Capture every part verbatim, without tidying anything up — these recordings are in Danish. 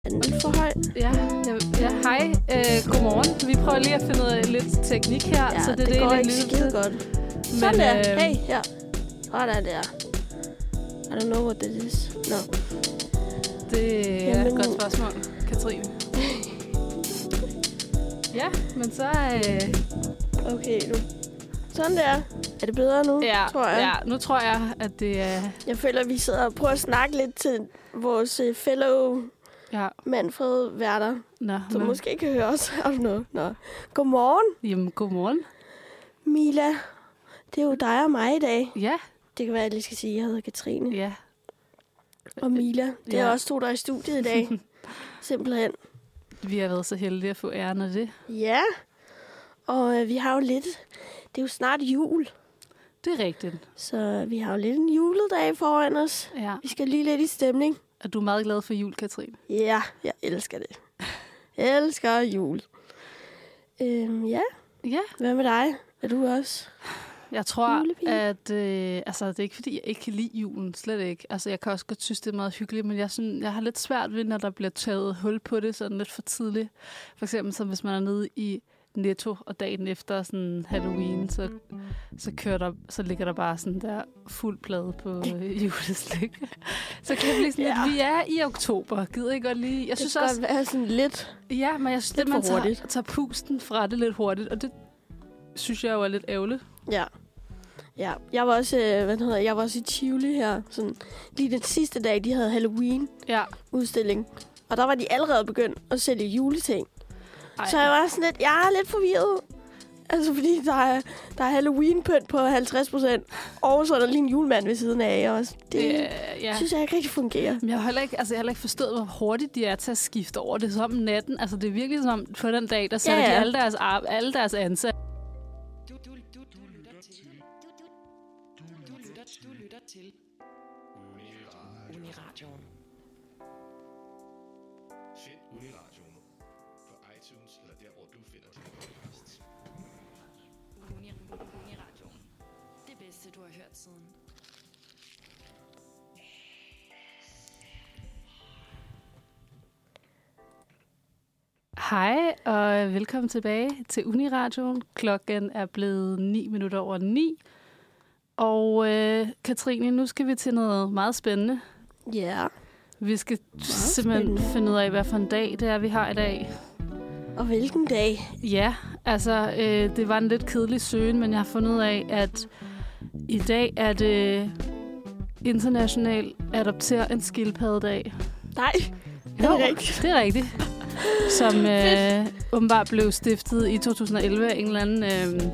Er den lidt for høj? Ja, ja, ja hej. Øh, godmorgen. Vi prøver lige at finde noget lidt teknik her, Ja, så det, det, det går er ikke skide godt. Sådan der. Øh... Hey, ja. Sådan der. I don't know what this is. No. Det er Jamen... et godt spørgsmål, Katrine. Ja, men så... Øh... Okay, nu. Sådan der. Er det bedre nu, ja, tror jeg? Ja, nu tror jeg, at det er... Jeg føler, at vi sidder og prøver at snakke lidt til vores uh, fellow... Ja. Manfred værter, Nå, som men... måske kan høre os. I don't know. Nå. Godmorgen. Jamen, godmorgen. Mila, det er jo dig og mig i dag. Ja. Det kan være, at jeg lige skal sige, at jeg hedder Katrine. Ja. Og Mila, det er ja. også to, der er i studiet i dag. Simpelthen. Vi har været så heldige at få æren af det. Ja, og øh, vi har jo lidt... Det er jo snart jul. Det er rigtigt. Så vi har jo lidt en juledag foran os. Ja. Vi skal lige lidt i stemning. Er du meget glad for jul, Katrine? Ja, jeg elsker det. Jeg elsker jul. Øhm, ja. Ja. Hvad med dig? Er du også Jeg tror, julepige? at... Øh, altså, det er ikke, fordi jeg ikke kan lide julen. Slet ikke. Altså, jeg kan også godt synes, det er meget hyggeligt, men jeg, sådan, jeg har lidt svært ved, når der bliver taget hul på det sådan lidt for tidligt. For eksempel, så hvis man er nede i Netto, og dagen efter sådan Halloween, så, så, kører der, så ligger der bare sådan der fuld plade på øh, juleslik. Så kan jeg blive sådan ja. lidt, vi er i oktober. Gider I godt lige? Jeg det synes kan også, godt være sådan lidt... Ja, men jeg synes, lidt at man for tager, tager pusten fra det lidt hurtigt, og det synes jeg jo er lidt ærgerligt. Ja. Ja, jeg var også, øh, hvad hedder, jeg var også i Tivoli her, sådan lige den sidste dag, de havde Halloween ja. udstilling, og der var de allerede begyndt at sælge juleting. Ej. Så jeg var sådan lidt, jeg er lidt forvirret. Altså, fordi der er, der er Halloween-pynt på halvtreds procent, og så er der lige en julemand ved siden af også. Det øh, ja. synes jeg ikke rigtig fungerer. Men jeg har heller ikke, altså, jeg har heller ikke forstået, hvor hurtigt de er til at skifte over. Det er som natten. Altså, det er virkelig som på den dag, der sætter ja, ja. de alle deres, ar- alle deres ansatte. Du, du, du, du lytter til. Du, du, du, lytter, du lytter til. Uniradioen. Find Uniradioen på iTunes eller der, hvor du finder din podcast. Uniradioen. Det bedste, du har hørt siden. Hej, og velkommen tilbage til Uniradioen. Klokken er blevet ni minutter over ni. Og øh, Katrine, nu skal vi til noget meget spændende. Ja. Yeah. Vi skal simpelthen spændende. finde ud af, hvad for en dag det er, vi har i dag. Og hvilken dag? Ja, altså, øh, det var en lidt kedelig søgen, men jeg har fundet ud af, at i dag er det international adopter en skildpaddedag. Nej, det er rigtigt. Det er rigtigt. Som øh, åbenbart blev stiftet i to tusind og elleve af en eller anden... Øh,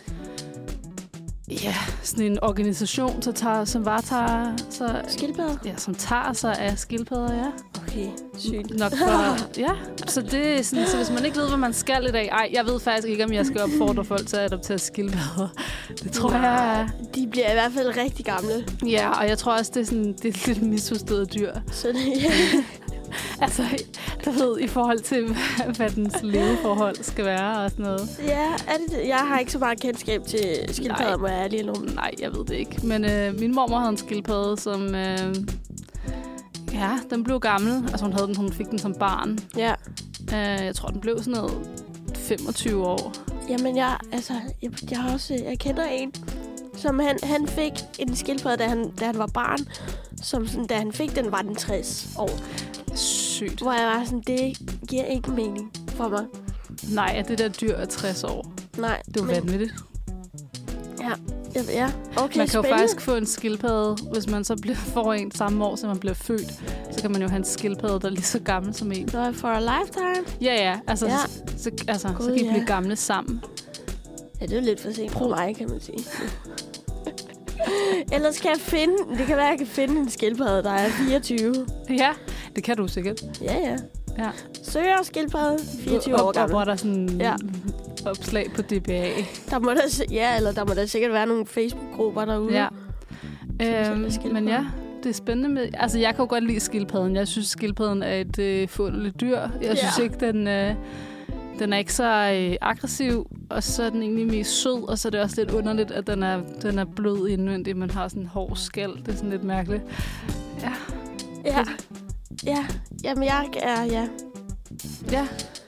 ja, sådan en organisation, så tager, som varetager... Så, skildpadder? Ja, som tager sig af skildpadder, ja. Okay, sygt. Nok for, ja, så det er sådan, så hvis man ikke ved, hvad man skal i dag... Ej, jeg ved faktisk ikke, om jeg skal opfordre folk til at adoptere skildpadder. Det tror Nej, jeg... De bliver i hvert fald rigtig gamle. Ja, og jeg tror også, det er, sådan, det er lidt misforstået dyr. Så det, ja. Altså, du ved, i forhold til, hvad dens leveforhold skal være og sådan noget. Ja, er det det? Jeg har ikke så meget kendskab til skildpadder, må jeg ærlig indrømme. Nej, jeg ved det ikke. Men øh, min mormor havde en skildpadde, som... Øh, ja, den blev gammel. Altså, hun, havde den, hun fik den som barn. Ja. Øh, jeg tror, den blev sådan noget femogtyve år. Jamen, jeg, altså, jeg, jeg har også... Jeg kender en, som han, han fik en skildpadde, da han, da han var barn. Som sådan, da han fik den, var den tres år. Sygt. Hvor jeg var sådan, det giver ikke mening for mig. Nej, at det der dyr er tres år. Nej. Det er jo men... vanvittigt. Ja, ja, ja. Okay, man kan spændende. jo faktisk få en skildpadde, hvis man så bliver, får en samme år, som man bliver født. Så kan man jo have en skildpadde, der er lige så gammel som en. Så for a lifetime? Ja, ja. Altså, ja. Så, så, altså, God, så kan I ja. blive gamle sammen. Ja, det er jo lidt for sent for mig, kan man sige. Ellers kan jeg finde... Det kan være, at jeg kan finde en skildpadde, der er fireogtyve. Ja, det kan du sikkert. Ja, ja. Ja. Søger skildpadde, fireogtyve op, år gammel. Og hvor der sådan ja. opslag på D B A. Der må der, ja, eller der må der sikkert være nogle Facebook-grupper derude. Ja. Øhm, men ja, det er spændende med... Altså, jeg kan jo godt lide skildpadden. Jeg synes, skildpadden er et øh, forunderligt dyr. Jeg ja. synes ikke, den... Øh, Den er ikke så øh, aggressiv, og så er den egentlig mest sød, og så er det også lidt underligt, at den er, den er blød indvendigt. Man har sådan en hård skal. Det er sådan lidt mærkeligt. Ja. Ja. Ja, Jamen, jeg er, ja. Ja.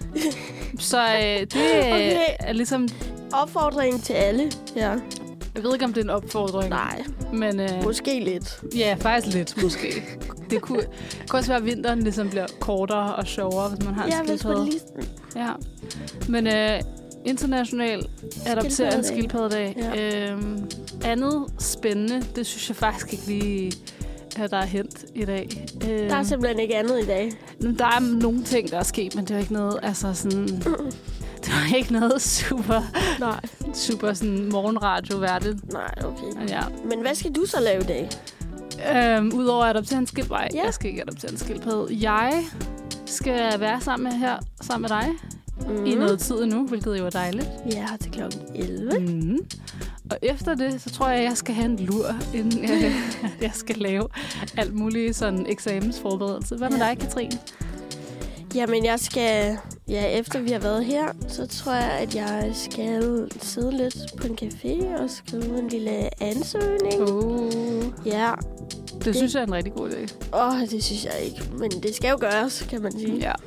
Så øh, det Okay. er ligesom... Opfordring til alle, ja. Jeg ved ikke, om det er en opfordring. Nej, Men øh, måske lidt. ja, faktisk lidt, måske. Det kunne, det kunne også være, at vinteren ligesom bliver kortere og sjovere, hvis man har en Ja, hvis man skildpadde. lige... Ja. Men øh, international adoptere en skildpaddedag. Ja. Øhm, andet spændende, det synes jeg faktisk ikke lige, at der er hent i dag. Øhm, Der er simpelthen ikke andet i dag. der er nogle ting, der er sket, men det er ikke noget, altså sådan... Det var ikke noget super, Nej. super sådan morgenradio-værdigt. Nej, okay. Men ja. Men hvad skal du så lave i dag? Øhm, Udover at adoptere en skildpadde. Ja. Jeg skal ikke adoptere en skildpadde. Jeg skal være sammen med her, sammen med dig Mm. i noget tid endnu, hvilket jo er dejligt. Vi er her til klokken elleve. Mm. Og efter det, så tror jeg, at jeg skal have en lur, inden jeg, jeg skal lave alt muligt sådan eksamensforberedelse. Hvad med Ja. dig, Katrine? Jamen, jeg skal... Ja, efter vi har været her, så tror jeg, at jeg skal sidde lidt på en café og skrive en lille ansøgning. Oh. Ja. Det, det synes jeg er en rigtig god idé. Åh, det synes jeg ikke. Men det skal jo gøres, kan man sige. Ja.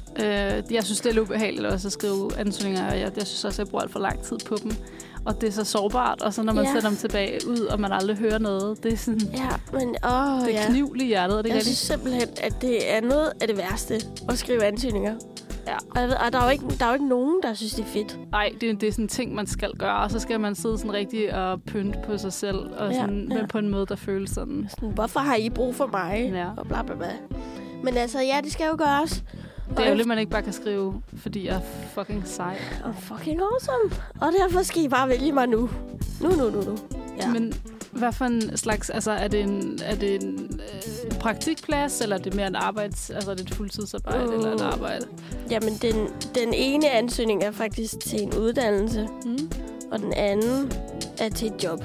Øh, jeg synes, det er lidt ubehageligt også at skrive ansøgninger, og jeg, jeg synes også, at jeg bruger alt for lang tid på dem. Og det er så sårbart, og så når man Ja. sender dem tilbage ud, og man aldrig hører noget, det er sådan... Ja, men åh, Det er ja. knivl i hjertet, er det ikke Jeg synes simpelthen, at det er noget af det værste at skrive ansøgninger. Ja. Og, jeg ved, og der, er jo ikke, der er jo ikke nogen, der synes, det er fedt. Nej, det, det er sådan en ting, man skal gøre, og så skal man sidde sådan rigtig og pynte på sig selv, og Ja, sådan, ja. men på en måde, der føles sådan... Sådan, hvorfor har I brug for mig? Ja. Og bla bla bla. Men altså, ja, det skal jo gøres. Det er jo lidt, man ikke bare kan skrive, fordi jeg er fucking sej. Og fucking awesome. Og derfor skal I bare vælge mig nu. Nu, nu, nu, nu. Ja. Men hvad for en slags... Altså, er det en, er det en øh, praktikplads, eller er det mere en arbejds... Altså, er det et fuldtidsarbejde, Uh. eller et arbejde? Jamen, den, den ene ansøgning er faktisk til en uddannelse, Mm. og den anden er til et job.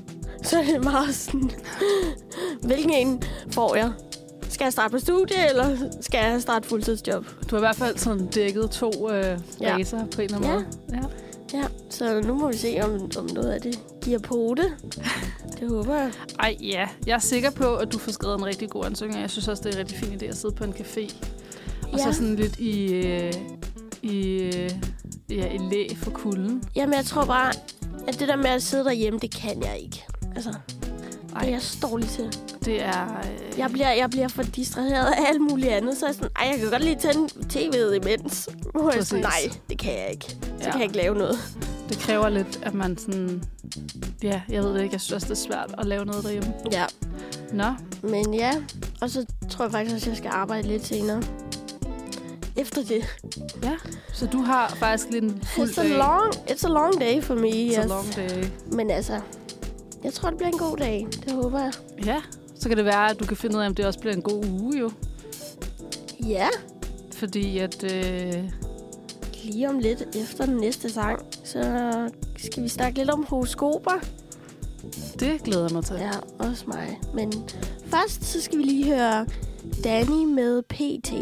Så er det meget sådan, hvilken en får jeg? Skal jeg starte på studie, eller skal jeg starte fuldtidsjob? Du har i hvert fald sådan dækket to øh, Ja. baser på en eller anden Ja. måde. Ja. Ja, så nu må vi se, om, om noget af det giver på det. Det håber jeg. Ej, ja. Jeg er sikker på, at du får skrevet en rigtig god ansøgning, og jeg synes også, det er en rigtig fin idé at sidde på en café. Og Ja. så sådan lidt i, øh, i, øh, ja, i læ for kulden. Jamen, jeg tror bare, at det der med at sidde derhjemme, det kan jeg ikke. Altså, det er Ej, jeg dårlig til. det er... Øh, Jeg bliver, jeg bliver for distraheret af alt muligt andet, så er jeg sådan, ej, jeg kan godt lige tænde tv'et imens. Hvor jeg sådan, Præcis. nej, det kan jeg ikke. Så Ja. kan jeg ikke lave noget. det kræver lidt, at man sådan... Ja, jeg ved det ikke. Jeg synes også, det er svært at lave noget derhjemme. Ja, Nå, men ja. Og så tror jeg faktisk også, at jeg skal arbejde lidt senere. Efter det. ja. Så du har faktisk lidt en fuld It's a dag. long, it's a long day for me, It's a yes. long day. Men altså, jeg tror, det bliver en god dag. Det håber jeg. Ja, så kan det være, at du kan finde ud af, om det også bliver en god uge, jo. Ja, Fordi at... Øh, lige om lidt efter den næste sang, så skal vi snakke lidt om horoskoper. det glæder jeg mig til. Ja, også mig. Men først så skal vi lige høre Danny med P T.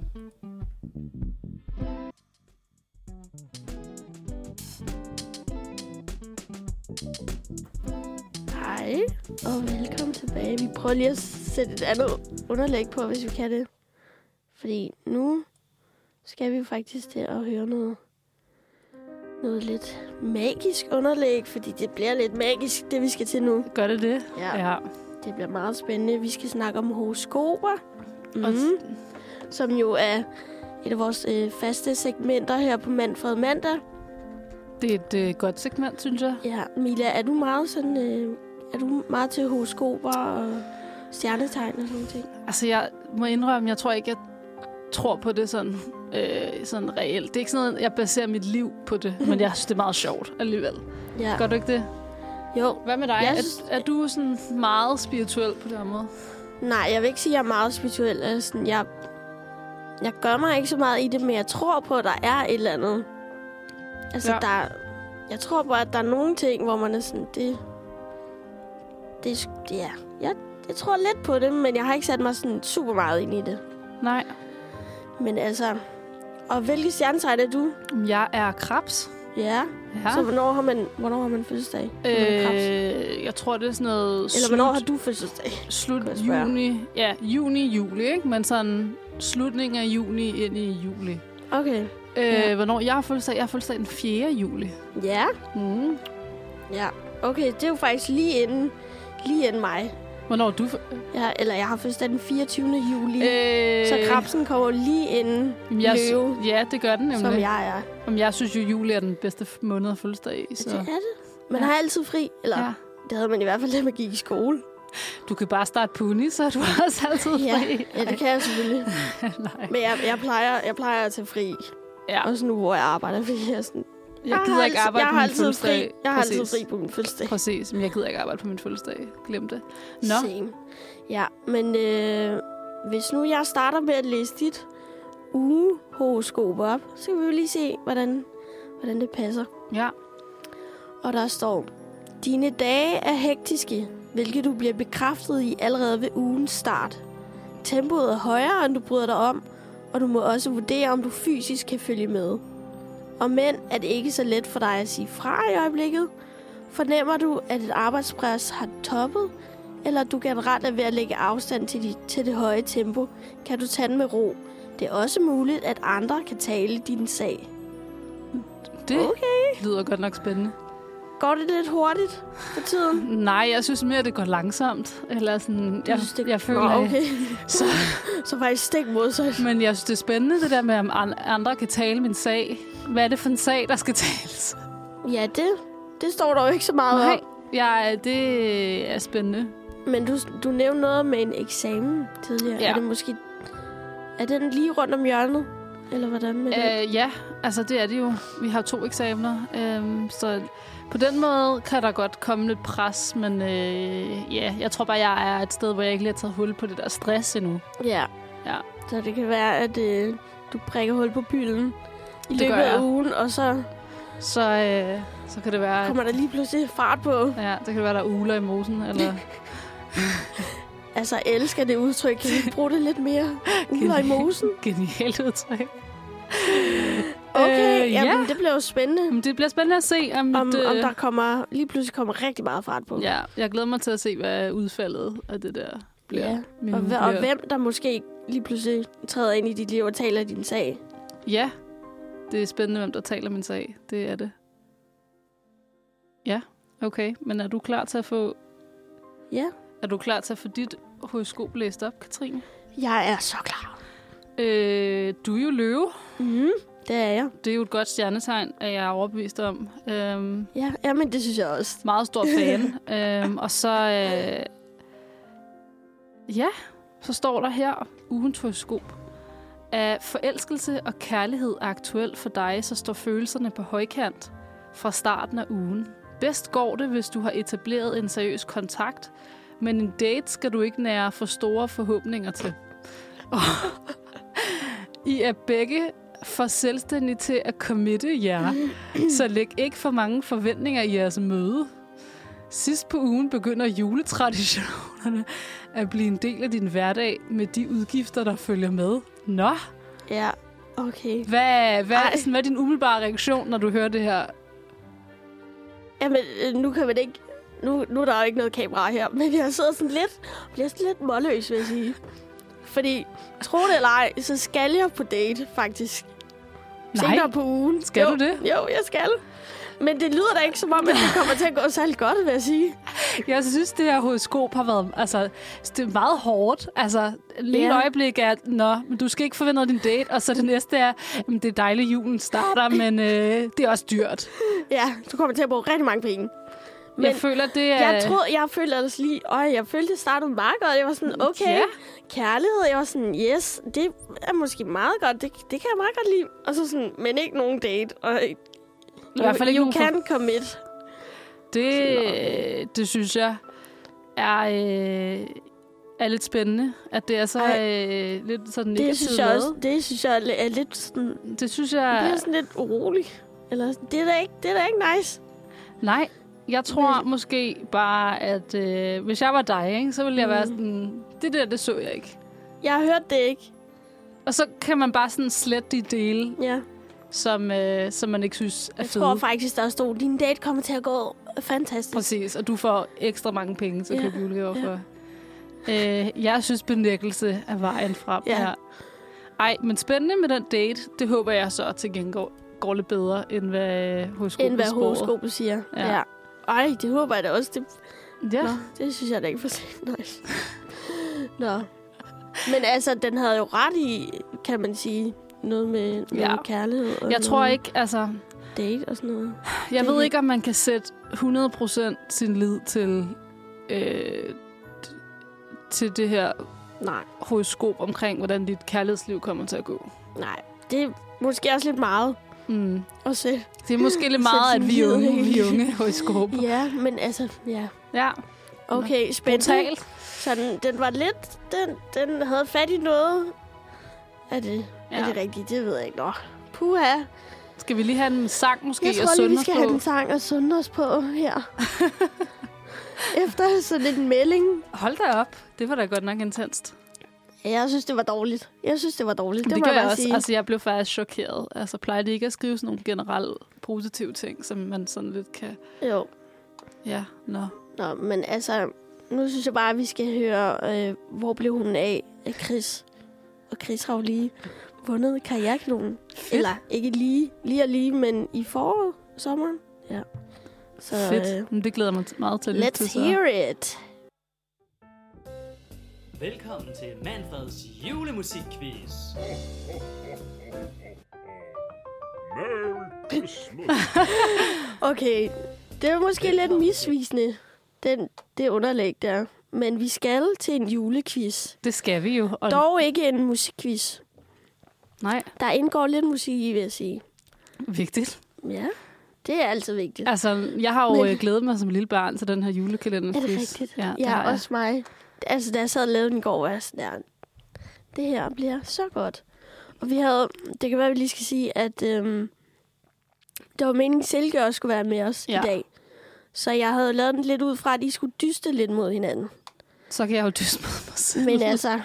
Hej, og velkommen tilbage. Vi prøver lige at sætte et andet underlæg på, hvis vi kan det. Fordi nu skal vi jo faktisk til at høre noget, noget lidt magisk underlæg, fordi det bliver lidt magisk, det vi skal til nu. Gør det det? Ja. ja. Det bliver meget spændende. Vi skal snakke om horoskoper, Og mm. som jo er et af vores øh, faste segmenter her på Manfred Mandag. det er et øh, godt segment, synes jeg. Ja, Mila, er du meget sådan, øh, er du meget til horoskoper og stjernetegn og sådan nogle ting? Altså, jeg må indrømme, jeg tror ikke, jeg tror på det sådan, øh, sådan reelt. Det er ikke sådan noget, jeg baserer mit liv på det, men jeg synes, det er meget sjovt alligevel. Ja. Gør du ikke det? Jo. Hvad med dig? Jeg Er, synes- er du sådan meget spirituel på den måde? Nej, jeg vil ikke sige, at jeg er meget spirituel. Altså, sådan, jeg, jeg gør mig ikke så meget i det, men jeg tror på, at der er et eller andet. Altså, Ja. ja. der, jeg tror på, at der er nogle ting, hvor man er sådan, det... Det, er sk- det er... Jeg, jeg tror lidt på det, men jeg har ikke sat mig sådan super meget ind i det. Nej. Men altså... Og hvilke stjernetegn er du? Jeg er krebs. Ja. Ja. Så hvornår har man, hvornår har man fødselsdag? når man er krebs? Øh, jeg tror, det er sådan noget... Eller slut, hvornår har du fødselsdag? Slut kan jeg spørge? juni. Ja, juni, juli, ikke? Men sådan slutningen af juni ind i juli. Okay. Øh, Ja. Hvornår jeg har fødselsdag? Jeg har fødselsdag den fjerde juli. Ja. Mm. Ja. Okay, det er jo faktisk lige inden, lige inden mig. Hvornår er du... f- Ja, eller jeg har fødselsdag den fireogtyvende juli. Øh, Så krebsen kommer lige inden jamen, jeg, sy- løve, Ja, det gør den nemlig. som jeg er. Jamen, jeg synes jo, juli er den bedste f- måned at fødselsdag i. Så. Det er det. Man Ja. har altid fri. Eller Ja. det havde man i hvert fald, da man gik i skole. Du kan bare starte på uni, så er du også altid Ja, fri. ja det kan jeg selvfølgelig. Nej. Men jeg, jeg, plejer, jeg plejer at tage fri. Ja. Også nu, hvor jeg arbejder. Fordi jeg, er sådan, Jeg har gider ikke altid- arbejde jeg på har min altid fødselsdag. Fri. Jeg har altid Præcis. fri på min fødselsdag. Præcis, men jeg gider ikke arbejde på min fødselsdag. Glem det. Nå, Same. Ja, men øh, hvis nu jeg starter med at læse dit ugehoroskop op, så kan vi jo lige se, hvordan, hvordan det passer. ja. Og der står, dine dage er hektiske, hvilket du bliver bekræftet i allerede ved ugens start. Tempoet er højere, end du bryder dig om, og du må også vurdere, om du fysisk kan følge med. Og men er det ikke så let for dig at sige fra i øjeblikket? Fornemmer du, at et arbejdspres har toppet, eller at du generelt er ved at lægge afstand til, de, til det høje tempo, kan du tage den med ro. Det er også muligt, at andre kan tale din sag. Det Okay. lyder godt nok spændende. Går det lidt hurtigt for tiden? Nej, jeg synes mere, det går langsomt. Eller sådan, Du jeg, synes, det- jeg føler... Nå, okay. Så, Så faktisk stik modsat. men jeg synes, det er spændende, det der med, om an- andre kan tale min sag. Hvad er det for en sag, der skal tales? Ja, det, det står der jo ikke så meget Nej, om. ja, det er spændende. Men du, du nævnte noget med en eksamen tidligere. Ja. Er det måske... Er den lige rundt om hjørnet? Eller hvordan med det? Øh, ja, altså det er det jo. Vi har to eksamener, øhm, så på den måde kan der godt komme lidt pres, men øh, ja, jeg tror bare, jeg er et sted, hvor jeg ikke lige har taget hul på det der stress endnu. Ja. Ja. Så det kan være, at øh, du prikker hul på pylden i Det løbet gør af jeg. ugen, og så Så, øh, så kan det være, kommer der lige pludselig fart på. ja, det kan være, der er uler i mosen, eller Altså, jeg elsker det udtryk. Kan vi bruge det lidt mere? Uler i mosen? genialt udtryk. Okay, Øh, jamen ja. det bliver jo spændende. Men det bliver spændende at se, om, Om, det, om der kommer, lige pludselig kommer rigtig meget fart på. Ja, jeg glæder mig til at se, hvad udfaldet af det der bliver. Ja. Min Og, uge hva- og bliver. hvem der måske lige pludselig træder ind i dit liv og taler din sag. Ja, det er spændende, hvem der taler min sag. Det er det. Ja, okay. Men er du klar til at få, Ja, er du klar til at få dit horoskop læst op, Katrine? jeg er så klar. Øh, du er jo løve. Mm, det er jeg. Det er jo et godt stjernetegn, at jeg er overbevist om. Øhm, Ja, jamen det synes jeg også. meget stor fan. øhm, og så, øh, ja, så står der her, ugens horoskop. At forelskelse og kærlighed er aktuelt for dig, så står følelserne på højkant fra starten af ugen. Bedst går det, hvis du har etableret en seriøs kontakt, men en date skal du ikke nære for store forhåbninger til. I er begge for selvstændige til at committe jer, så læg ikke for mange forventninger i jeres møde. Sidst på ugen begynder juletraditionerne at blive en del af din hverdag med de udgifter, der følger med. Nå, Ja, okay. hvad, hvad, Ej. sådan, hvad er din umiddelbare reaktion, når du hører det her? Jamen, øh, nu kan man ikke... Nu, nu er der jo ikke noget kamera her, men jeg sidder sådan lidt... Bliver sådan lidt målløs, vil jeg sige. Fordi, tro det eller ej, så skal jeg på date, faktisk. Nej, Senere på ugen. skal jo, du det? Jo, jeg skal. Men det lyder da ikke som om, at det kommer til at gå særlig godt, vil jeg sige. Jeg synes, det her horoskop har været... Altså, det er meget hårdt. Altså, lige et Ja. øjeblik er, at nå, men du skal ikke forvente noget af din date, og så det næste er, jamen, det er dejligt, julen starter, men øh, det er også dyrt. Ja, du kommer til at bruge rigtig mange penge. Men jeg føler, det er... Jeg troede, jeg følte ellers lige, øj, jeg følte, det startede meget godt. Jeg var sådan, okay, Ja. kærlighed. Jeg var sådan, yes, det er måske meget godt. Det, det kan jeg meget godt lide. Og så sådan, men ikke nogen date. Og I hvert fald ikke you nogen for- can commit. Det, det synes jeg er, øh, er lidt spændende, at det er så øh, lidt sådan Det negativt synes jeg lavet. også, det synes jeg er lidt sådan, Det synes jeg jeg... bliver sådan lidt urolig. Eller sådan, det er da ikke, det er da ikke nice. Nej, jeg tror måske bare, at øh, hvis jeg var dig, ikke, så ville jeg Mm. være sådan... Det der, det så jeg ikke. Jeg har hørt det ikke. Og så kan man bare sådan slette de dele. Ja. som, øh, som man ikke synes er Jeg fede. tror faktisk, der stod, din date kommer til at gå fantastisk. Præcis, og du får ekstra mange penge til at Ja, købe julegaver ja. for. Øh, jeg synes, benægtelse er vejen frem Ja. her. Ej, men spændende med den date. Det håber jeg så til gengæld går lidt bedre, end hvad horoskopet End hvad spåede. horoskopet siger. Ja. Ja. ja. Ej, det håber jeg da også. Det, Ja. Nå, det synes jeg da ikke for sent. Nice. Nå. Men altså, den havde jo ret i, kan man sige, noget med, noget Ja. med kærlighed. Og Jeg tror noget ikke, altså... date og sådan noget. Jeg Det- ved ikke, om man kan sætte hundrede procent sin lid til, øh, til det her Nej, horoskop omkring, hvordan dit kærlighedsliv kommer til at gå. nej. Det er måske også lidt meget Mm. at se. Det er måske lidt Sæt meget, sin at vi er lid unge, helt. vi er unge horoskop. Ja, men altså, ja. Ja, Okay, spændende. brutalt. Så den, den var lidt... Den, den havde fat i noget. Er det, ja. Ja. er det rigtigt? Det ved jeg ikke. Nå. Puha. Skal vi lige have en sang måske Jeg og tror lige, vi sunde skal på? have en sang og sunde os på her. Efter sådan en melding. Hold da op. Det var da godt nok intenst. Jeg synes, det var dårligt. Jeg synes, det var dårligt. Det, Det, må gør jeg jeg bare også. sige. Altså, jeg blev faktisk chokeret. Altså, plejer de ikke at skrive sådan nogle generelle positive ting, som man sådan lidt kan... Jo. Ja, nå. Nå, men altså... Nu synes jeg bare, at vi skal høre, øh, hvor blev hun af af Chris. Og Chris har jo lige vundet karrierekanonen. Eller ikke lige, lige og lige, men i foråret, sommeren. Ja. Så Fedt. øh, Men det glæder mig meget til at lytte til. let's så. hear it. Velkommen til Manfreds julemusikquiz. Okay, det er måske lidt misvisende, den, det underlæg der. Men vi skal til en julequiz. Det skal vi jo. Og Dog ikke en musikquiz. nej, Der indgår lidt musik i, vil jeg sige. vigtigt. Ja, det er altid vigtigt. Altså, jeg har jo Men- Men... glædet mig som lille barn til den her julekalender. Er det rigtigt? Ja, det Ja, har jeg. også mig. Altså, da jeg sad og lavede den i går, var jeg sådan der, det her bliver så godt. Og vi havde, det kan være, at vi lige skal sige, at øhm, det var meningen, at Silke også skulle være med os Ja. i dag. Så jeg havde lavet den lidt ud fra, at de skulle dyste lidt mod hinanden. Så kan jeg jo dyste med mig selv. Men altså...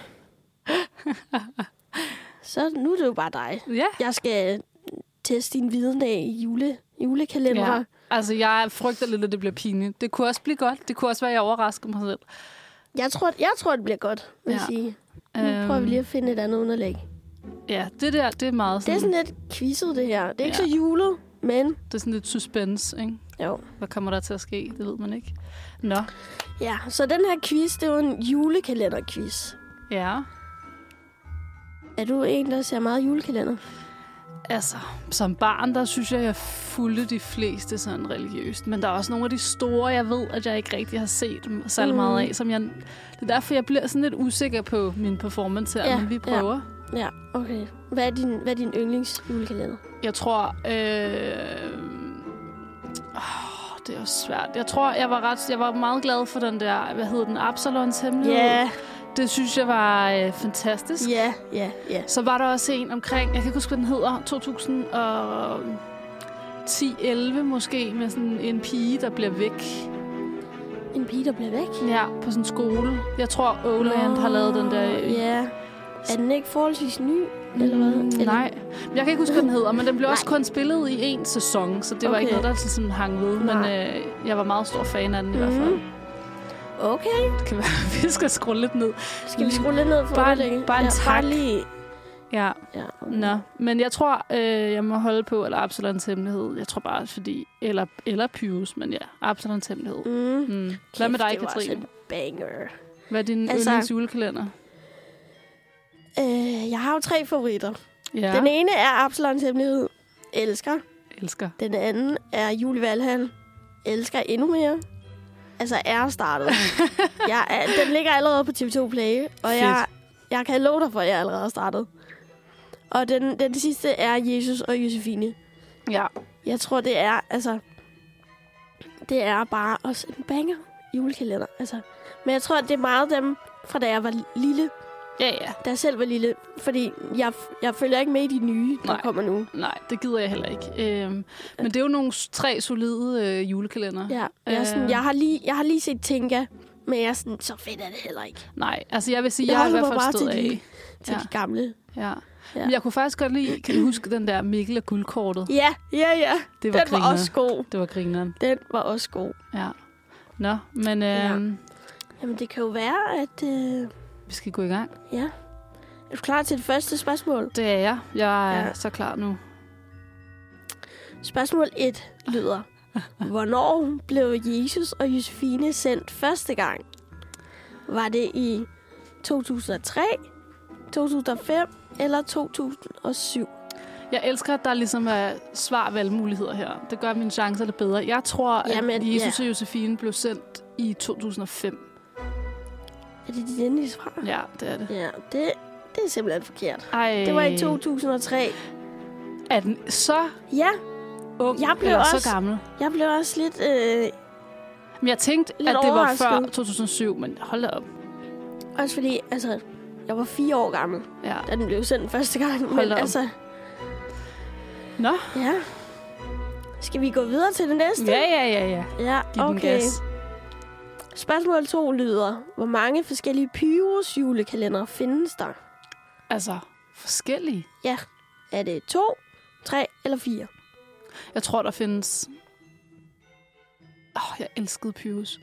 så nu er det jo bare dig. Ja. Jeg skal teste din viden af i jule, julekalender. Ja. Altså, jeg frygter lidt, at det bliver pinligt. Det kunne også blive godt. Det kunne også være, at jeg overrasker mig selv. Jeg tror, jeg tror, det bliver godt, vil jeg Ja. sige. Nu prøver vi lige at finde et andet underlæg. Ja, det der, det er meget Det er sådan... sådan lidt quizzet, det her. Det er ikke Ja. så julet, men Det er sådan lidt suspense, ikke? jo. Hvad kommer der til at ske? Det ved man ikke. Nå, Ja, så den her quiz, det er jo en julekalender-quiz. ja. Er du en, der ser meget julekalender? Altså, som barn, der synes jeg, jeg fulgte de fleste sådan religiøst. Men der er også nogle af de store, jeg ved, at jeg ikke rigtig har set særlig Mm. meget af. Som jeg, det er derfor, jeg bliver sådan lidt usikker på min performance her, Ja, ja, men vi prøver. Ja. Ja, okay. Hvad er din, hvad er din yndlings julekalender? Jeg tror... Øh, åh, det er også svært. Jeg tror, jeg var, ret, jeg var meget glad for den der, hvad hedder den, Absalons hemmelighed. Ja, Det synes jeg var øh, fantastisk. ja, ja, ja. Så var der også en omkring, jeg kan ikke huske, hvad den hedder, to tusind ti elleve måske, med sådan en pige, der bliver væk. En pige, der bliver væk? Ja, på sådan en skole. Jeg tror, Oland har lavet den der... øh, Ja. Er den ikke forholdsvis ny, eller hvad? Mm, Eller? nej, jeg kan ikke huske, hvad den hedder, men den blev Nej. også kun spillet i en sæson, så det var Okay. ikke noget, der sådan hang ved. Men Nej. øh, jeg var meget stor fan af den i hvert Mhm. fald. Okay. Det kan være, at vi skal skrue lidt ned. Skal vi skrue lidt ned for Bare- underlægget? bare en ja, tak. Bare lige... Ja, Ja, okay. nå. Men jeg tror, øh, jeg må holde på, eller Absalons hemmelighed. Jeg tror bare, fordi... Eller, eller Pyrus, men ja, Absalons hemmelighed. Mm. Mm. Hvad med dig, Kæft, det var også Katrine? en banger. Hvad er din Altså- altså, yndlings julekalender? Øh, jeg har jo tre favoritter. Ja, Den ene er Absalons hemmelighed. Elsker. elsker. Den anden er Jul i Valhall. Elsker endnu mere. Altså, er startet. jeg er, den ligger allerede på T V to Play, og Fedt. jeg, jeg kan love dig for, at jeg allerede er startet. Og den, den sidste er Jesus og Josefine. Ja, Jeg tror, det er, altså... Det er bare også en banger julekalender. Altså. Men jeg tror, at det er meget dem, fra da jeg var lille. ja, ja. Da jeg selv var lille. Fordi jeg, jeg følger ikke med i de nye, der Nej. kommer nu. Nej, det gider jeg heller ikke. Øhm, men det er jo nogle s- tre solide øh, julekalender. Ja, jeg, er sådan, Øh. jeg, har lige, jeg har lige set Tinka, men jeg er sådan, så fedt er det heller ikke. Nej, altså jeg vil sige, Jeg jeg, jeg har i holder hvert mig fald bare stået til de- af. Til Ja. de gamle. Ja. Ja. Men jeg kunne faktisk godt lide, kan du huske den der Mikkel og guldkortet? Ja, ja, ja. Det var Den var grineren. også god. Det var grineren. Den var også god. Ja. Nå, men øh, Ja. Jamen, det kan jo være, at... Øh, vi skal gå i gang. ja. Er du klar til det første spørgsmål? Det er jeg. Jeg er Ja. så klar nu. Spørgsmål et lyder. Hvornår blev Jesus og Josefine sendt første gang? Var det i to tusind og tre, to tusind og fem eller to tusind og syv? Jeg elsker, at der ligesom er svarvalgmuligheder her. Det gør mine chancer lidt bedre. Jeg tror, Jamen, at Jesus ja. og Josefine blev sendt i to tusind og fem. Er det dit endelige svar? Ja, det er det. Ja, det, det er simpelthen forkert. Ej, Det var i to tusind og tre. Er den så Ja, ung Jeg blev eller også- så gammel? jeg blev også lidt... Øh, Men jeg tænkte, Lidt at det var før overrasket. to tusind og syv, men hold da op. også fordi, altså... Jeg var fire år gammel, Ja. da den blev sendt første gang. Hold Men da op. altså... Nå, Ja. Skal vi gå videre til det næste? ja, ja, ja, ja. Ja, Giv den okay. gas. Spørgsmål to lyder. Hvor mange forskellige Pyrus julekalendere findes der? Altså, forskellige. Ja. Er det to, tre eller fire? Jeg tror, der findes... Åh, oh, jeg elskede Pyrus.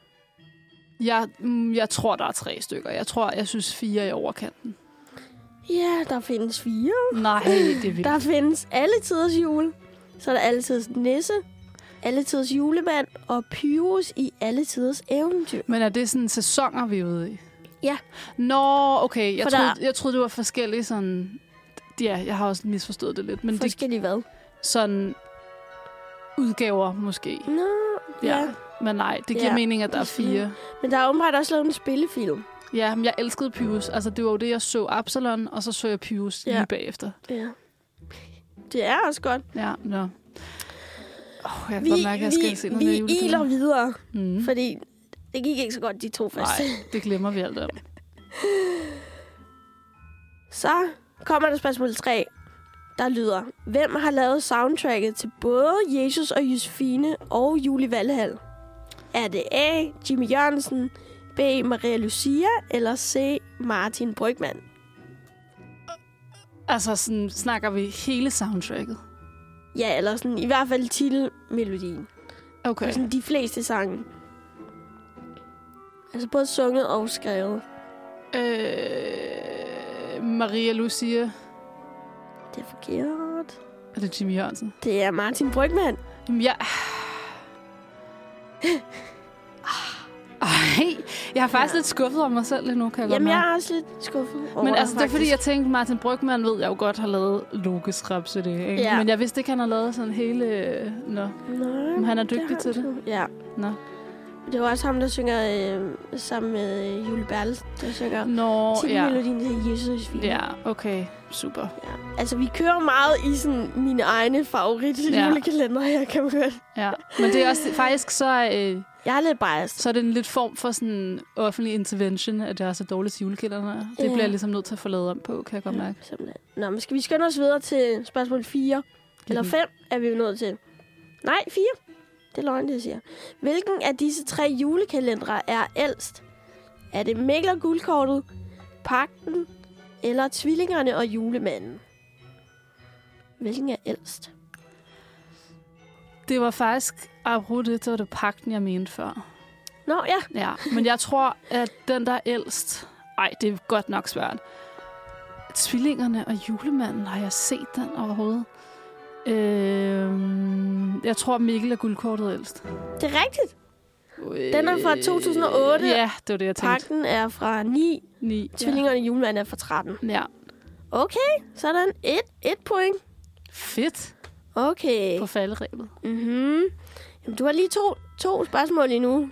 Jeg, mm, jeg tror, der er tre stykker. Jeg tror, jeg synes fire er i overkanten. Ja, der findes fire. Nej, det er vildt. Der findes alle tiders jul. Så er der alle tiders nisse, alle tiders julemand og Pyrus i alle tiders eventyr. Men er det sådan sæsoner, vi er ude i? Ja. Nå, okay. Jeg For troede, der- jeg troede, det var forskellige sådan... Ja, jeg har også misforstået det lidt. Men det Forskellige hvad? sådan udgaver måske. Nå, Ja. ja. Men nej, det giver Ja. mening, at der er fire. Men der er åbenbart også lavet en spillefilm. Ja, men jeg elskede Pyrus. Altså, det var jo det, jeg så Absalon, og så så jeg Pyrus Ja. lige bagefter. Ja. Det er også godt. Ja, nå. Oh, jeg kan Vi, godt mærke, at jeg skal vi, se den her vi julekalender. iler videre, Mm. fordi det gik ikke så godt de to første. Nej, det glemmer vi alt om. Så kommer der spørgsmål tre, der lyder. Hvem har lavet soundtracket til både Jesus og Josefine og Jul i Valhall? Er det A. Jimmy Jørgensen, B. Maria Lucia eller C. Martin Brygmann? Altså, sådan snakker vi hele soundtracket. Ja, eller sådan i hvert fald titelmelodien. Okay. Og sådan de fleste sange. Altså både sunget og skrevet. Øh, Maria Lucia. Det er forkert. Er det Jimmy Jørgensen? Det er Martin Brygmann. Jamen, jeg... Ej, jeg er faktisk Ja. lidt skuffet over mig selv lige nu, kan jeg Jamen, godt jeg mærke. er også lidt skuffet over Men dig, altså, det er fordi, faktisk. jeg tænkte, Martin Brygmann ved jeg jo godt har lavet Logisk Rhapsody, ikke? Ja. Men jeg vidste ikke, han har lavet sådan hele... Nå, Nej, men han er det dygtig har til han det. sgu. Ja. Nå. Det var også ham, der synger øh, sammen med øh, Julie Bertel, der synger Nå, ja. titelmelodien til Jesus og Josefine. Ja, okay. Super. Ja. Altså, vi kører meget i sådan mine egne favorit Ja. julekalender her, kan man godt. Ja. Men det er også faktisk så... Øh, Jeg er lidt biased. så er det en lidt form for sådan offentlig intervention, at det er så dårligt til julekalender. Det Ja. bliver jeg ligesom nødt til at få lavet om på, kan jeg godt mærke. Simpelthen. Nå, men skal vi skynde os videre til spørgsmål fire? Eller Mhm. fem er vi jo nået til. Nej, fire. Det er løgn, det jeg siger. Hvilken af disse tre julekalendere er ældst? Er det Mikkel og Guldkortet, Pagten eller Tvillingerne og Julemanden? Hvilken er ældst? Det var faktisk... Apropos det, så var det Pagten, jeg mente før. Nå, ja. Ja, men jeg tror, at den, der er ældst... Ej, det er godt nok svært. Tvillingerne og Julemanden, har jeg set den overhovedet? Øh, jeg tror, Mikkel er Guldkortet er ældst. Det er rigtigt. Den er fra to tusind og otte. Ja, det var det, jeg tænkte. Pagten er fra ni. Ni. Tvillingerne og Julemanden er fra tretten. Ja. Okay, sådan et, et point. Fedt. Okay. På falderæbet. Mhm. Jamen, du har lige to, to spørgsmål endnu.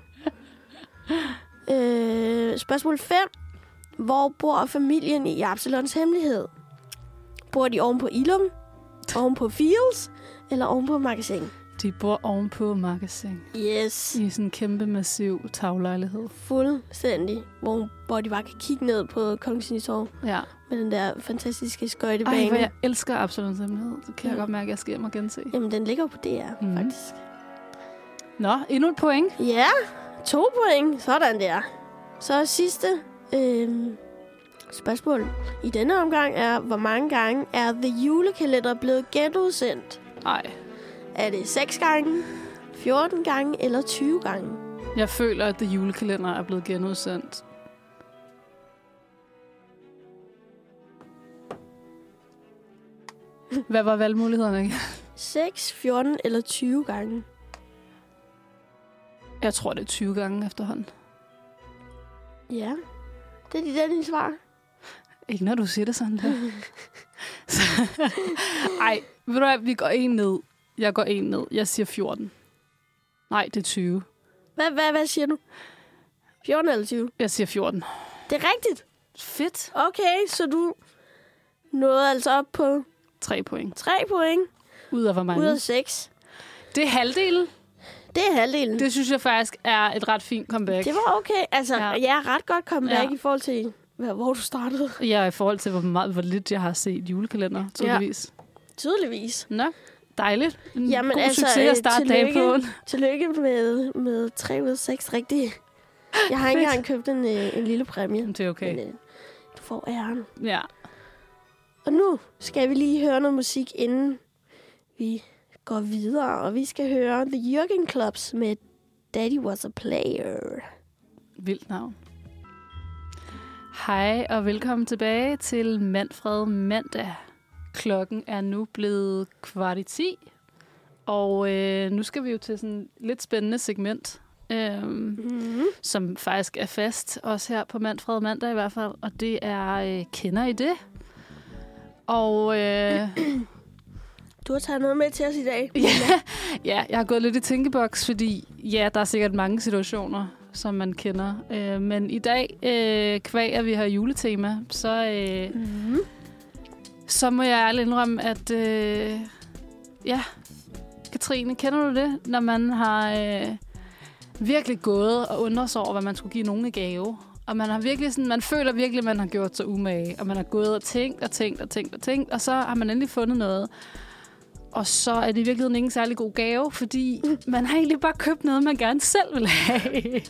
øh, spørgsmål fem. Hvor bor familien i Absalons hemmelighed? Bor de oven på Ilum, oven på Fields eller oven på Magasin? De bor ovenpå Magasin. Yes. I sådan en kæmpe, massiv taglejlighed. Fuldstændig. Hvor, hvor de bare kan kigge ned på Kongens Torv Ja. med den der fantastiske Ej, skøjtebane. hvor jeg elsker Absalons hemmelighed. Det kan jeg Ja. godt mærke, at jeg skal hjem og gense. Jamen, den ligger jo på D R, Mhm. faktisk. Nå, endnu et point. Ja, to point. Sådan der. Så sidste øh, Spørgsmål i denne omgang er, hvor mange gange er The Julekalender blevet genudsendt? Nej, Er det seks gange, fjorten gange eller tyve gange? jeg føler, at The Julekalender er blevet genudsendt. Hvad var valgmulighederne, ikke? seks, fjorten eller tyve gange? Jeg tror, det er tyve gange efterhånden. Ja, det er de der dine svar. Ikke når du siger det sådan der. Ej, ved du hvad, vi går en ned. Jeg går en ned. Jeg siger fjorten. Nej, det er tyve. Hvad, hvad, hvad siger du? fjorten eller tyve? Jeg siger fjorten. Det er rigtigt. Fedt. Okay, så du nåede altså op på Tre point. tre point Ud af hvor mange? ud af seks. Det er halvdelen. Det er halvdelen. Det synes jeg faktisk er et ret fint comeback. Det var okay. Altså, Ja. ja. jeg er ret godt comeback Ja. i forhold til, hvor hvor du startede. Ja, i forhold til, hvor, meget, hvor lidt jeg har set julekalender, tydeligvis. Tydeligvis. Nå, dejligt. En Jamen, god altså, succes øh, at starte dagen tillykke. på. Tillykke med, med tre ud af seks rigtige. Jeg har ikke Fedt. engang købt en, øh, en lille præmie. Det er okay. Men, øh, du får æren. Ja. Og nu skal vi lige høre noget musik, inden vi går videre. Og vi skal høre The Jürgen Clubs med Daddy Was a Player. Vildt navn. Hej og velkommen tilbage til Manfred Mandag. Klokken er nu blevet kvart i ti, og øh, nu skal vi jo til sådan et lidt spændende segment, øh, Mm-hmm. som faktisk er fast, også her på Manfred Mandag i hvert fald, og det er øh, Kender I det? Og øh, Du har taget noget med til os i dag. ja, ja, jeg har gået lidt i tænkeboks, fordi ja, der er sikkert mange situationer, som man kender. Øh, men i dag, øh, kvæg at vi har juletema, så, øh, Mm-hmm. så må jeg ærligt indrømme, at øh, ja, Katrine, kender du det? Når man har øh, virkelig gået og undret sig over, hvad man skulle give nogen i gave. Og man har virkelig sådan, man føler virkelig, at man har gjort sig umage. Og man har gået og tænkt og tænkt og tænkt og tænkt, og så har man endelig fundet noget. Og så er det i virkeligheden ikke en særlig god gave, fordi man har egentlig bare købt noget, man gerne selv vil have.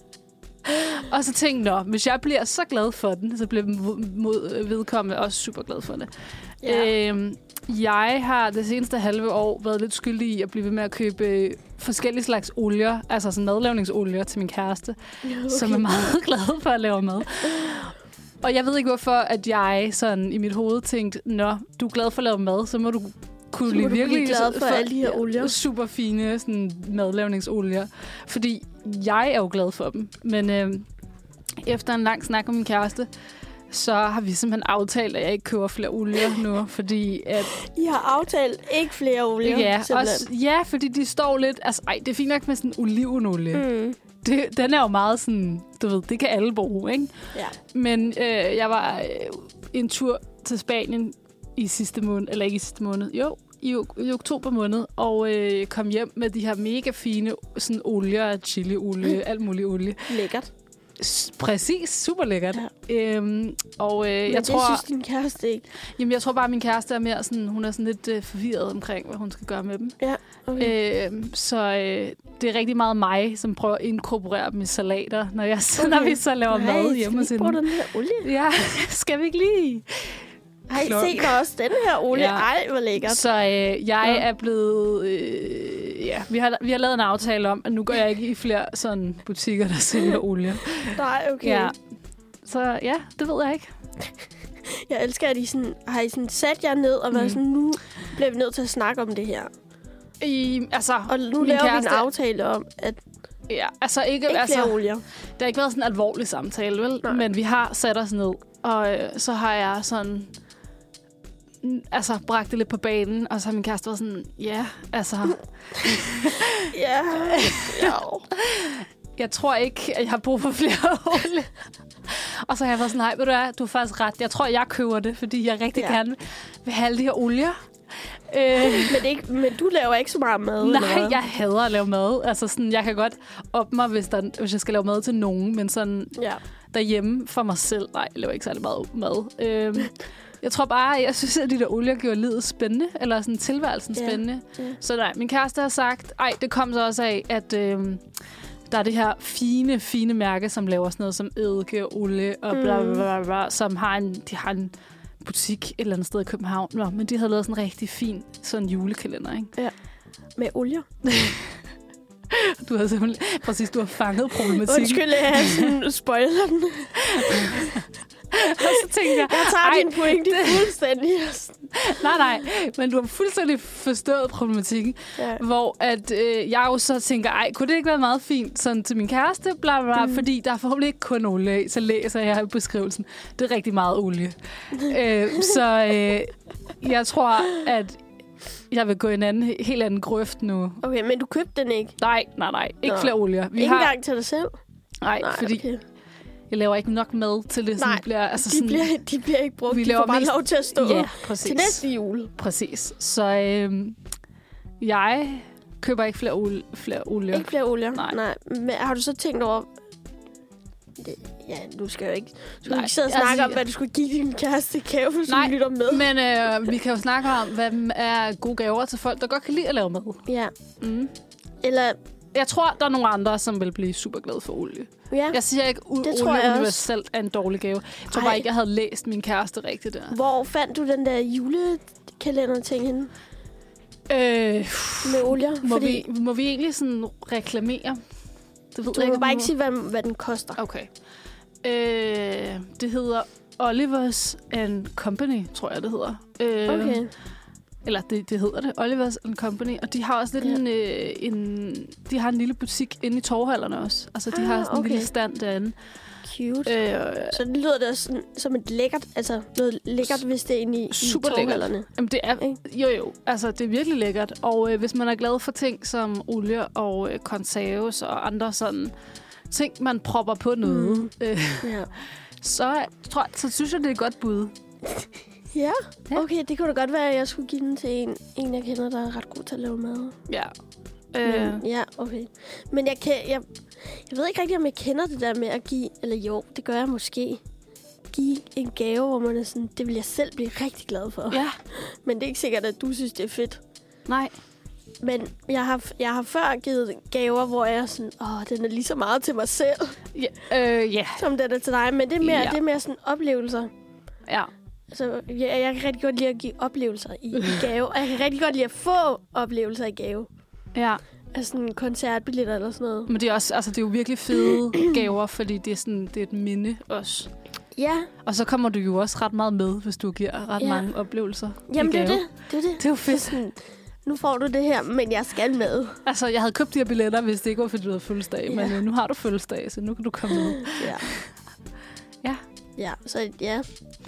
Og så tænkte jeg, hvis jeg bliver så glad for den, så bliver mod vedkommende også super glad for det. Ja. Øhm, jeg har det seneste halve år været lidt skyldig i at blive ved med at købe forskellige slags olier, altså sådan madlavningsolier til min kæreste, okay. som er meget glad for at lave mad. Og jeg ved ikke, hvorfor at jeg sådan i mit hoved tænkte, nå, du er glad for at lave mad, så må du kunne Så må blive du virkelig blive glad for alle de her olier. super fine sådan, madlavningsolier. Fordi jeg er jo glad for dem. Men øh, efter en lang snak med min kæreste, så har vi simpelthen aftalt, at jeg ikke køber flere olier nu, fordi at... I har aftalt ikke flere olier, Ja, simpelthen. også, ja, fordi de står lidt... Altså, ej, det er fint nok med sådan en olivenolie. Mm. Det, den er jo meget sådan... Du ved, det kan alle bruge, ikke? Ja. Men øh, jeg var øh, en tur til Spanien i sidste måned, eller ikke i sidste måned, jo, i, i oktober måned, og øh, kom hjem med de her mega fine sådan olier, chiliolie, mm. alt muligt olie. Lækkert. S- præcis, super lækkert. Ja. Øhm, og øh, Men jeg det tror, synes din kæreste ikke. jamen, jeg tror bare, at min kæreste er mere sådan, hun er sådan lidt øh, forvirret omkring, hvad hun skal gøre med dem. Ja, okay. Øh, så øh, det er rigtig meget mig, som prøver at inkorporere dem i salater, når, jeg, Okay. når vi så laver Nej, mad hjemme hos skal vi ikke bruge hende. den her olie? Ja, skal vi ikke lige? Ej, Klok. se der også den her olie. Ja. Ej, hvor lækkert. Så øh, jeg Ja. er blevet... Øh, ja, vi har, vi har lavet en aftale om, at nu går jeg ikke i flere sådan butikker, der sælger olie. Nej, okay. Ja. Så ja, det ved jeg ikke. Jeg elsker, at I sådan, har I sådan sat jer ned og været Mm. sådan, nu bliver vi nødt til at snakke om det her. I, altså, Og nu min laver kæreste- vi en aftale om, at ja, altså ikke, ikke altså, flere olier. det har ikke været sådan en alvorlig samtale, vel? Nej. Men vi har sat os ned, og øh, så har jeg sådan... mm, Altså, bragt det lidt på banen, og så har min kæreste været sådan, ja, altså... Ja. ja. Jeg tror ikke, at jeg har brug for flere olie. Og så har jeg været sådan, nej, ved du hvad, du har faktisk ret. Jeg tror, jeg køber det, fordi jeg rigtig Ja. ja. gerne vil have alle de her olier. Øh, Men, ikke, men du laver ikke så meget mad, eller nej, hvad? jeg hader at lave mad. Altså sådan, jeg kan godt op mig, hvis, der, hvis jeg skal lave mad til nogen, men sådan Ja. derhjemme for mig selv, nej, jeg laver ikke særlig meget mad. Øh, jeg tror bare, jeg synes, at de der olier gjorde livet spændende, eller sådan tilværelsen Ja. spændende. Ja. Så nej, min kæreste har sagt, ej, det kom så også af, at... Øh, der er det her fine, fine mærke, som laver sådan noget som eddike, olie og bla, bla, bla, bla, som har en, de har en butik et eller andet sted i København. Nå, men de havde lavet sådan en rigtig fin sådan julekalender, ikke? Ja. Med olier. Du har simpelthen... Præcis, du har fanget problematikken. Undskyld, jeg sådan spoiler den. Og så tænkte jeg... Jeg tager ej, din pointe fuldstændig. nej, nej. Men du har fuldstændig forstået problematikken. Ja. Hvor at, øh, jeg jo så tænker, ej, kunne det ikke være meget fint sådan til min kæreste? Bla, bla, mm. Fordi der er forhåbentlig ikke kun olie. Så læser jeg i beskrivelsen. Det er rigtig meget olie. øh, så øh, jeg tror, at jeg vil gå i en anden, helt anden grøft nu. Okay, men du købte den ikke? Nej, nej, nej. Ikke Nå. flere olier. Vi Ikke har... engang til dig selv? Nej, Nej, fordi okay. jeg laver ikke nok mad til det. Sådan Nej, bliver, altså de, sådan, bliver, de bliver ikke brugt. vi De laver får bare mest- lov til at stå Ja, præcis. til næste jul. Præcis. Så øh, jeg køber ikke flere, ol- flere olier. Ikke flere olier? Nej. Nej. Men har du så tænkt over... Det, ja, du skal jo ikke, du skal Nej, ikke sidde og altså, snakke om, jeg- hvad du skulle give din kæreste i gave, hvis Nej, du lytter med. Men øh, vi kan jo snakke om, hvad er gode gaver til folk, der godt kan lide at lave mad. Ja. Mm. Eller... Jeg tror, der er nogle andre, som vil blive super glade for olie. Ja. Jeg siger ikke, at Det tror olie jeg også. universelt er en dårlig gave. Jeg tror Ej. bare ikke, jeg havde læst min kæreste rigtigt der. Hvor fandt du den der julekalender-ting henne? Øh, Med olier? må, Fordi vi, må vi egentlig sådan reklamere? Det ved du jeg må om bare vi ikke sige, hvad, hvad den koster. Okay. Øh, det hedder Olivers and Company, tror jeg, det hedder. Øh, Okay. Eller det, det hedder det, Olivers and Company. Og de har også lidt Ja. en, øh, en... De har en lille butik inde i torvhallerne også. Altså, de Ah, har sådan en okay. lille stand derinde. Cute. Øh, Så det lyder da sådan, som et lækkert, altså noget lækkert, hvis det er inde i, i Super lækkert. torvhallerne. Jamen, det er... Ikke? Jo, jo. Altså, det er virkelig lækkert. Og øh, hvis man er glad for ting som olie og øh, konserves og andre sådan ting, man propper på noget, Mm. øh, Ja. så, tror, jeg- så synes jeg, det er et godt bud. Ja, Ja. okay, det kunne da godt være, at jeg skulle give den til en, en jeg kender, der er ret god til at lave mad. Ja. Øh, Men, ja, okay. Men jeg, kan, jeg, jeg ved ikke rigtig, om jeg kender det der med at give, eller jo, det gør jeg måske, give en gave, hvor man er sådan, det vil jeg selv blive rigtig glad for. ja. Men det er ikke sikkert, at du synes, det er fedt. Nej. Men jeg har, jeg har før givet gaver, hvor jeg er sådan, åh, den er lige så meget til mig selv, Ja. Øh, ja. som den er til dig. Men det er mere, Ja. det er mere sådan oplevelser. Ja. Altså, jeg, jeg kan rigtig godt lide at give oplevelser i, i gave. Og jeg kan rigtig godt lide at få oplevelser i gave. Ja. Altså sådan koncertbilletter eller sådan noget. Men det er også, altså det er jo virkelig fede gaver, fordi det er sådan, det er et minde også. Ja, Og så kommer du jo også ret meget med, hvis du giver ret Ja. mange oplevelser. jamen i det er gave. det. Det er det. Det er jo fedt. Sådan, nu får du det her, men jeg skal med. Altså, jeg havde købt de her billetter, hvis det ikke var, fordi du havde fødselsdag. Ja. Men øh, nu har du fødselsdag, så nu kan du komme med. Ja. Ja. Ja, så ja.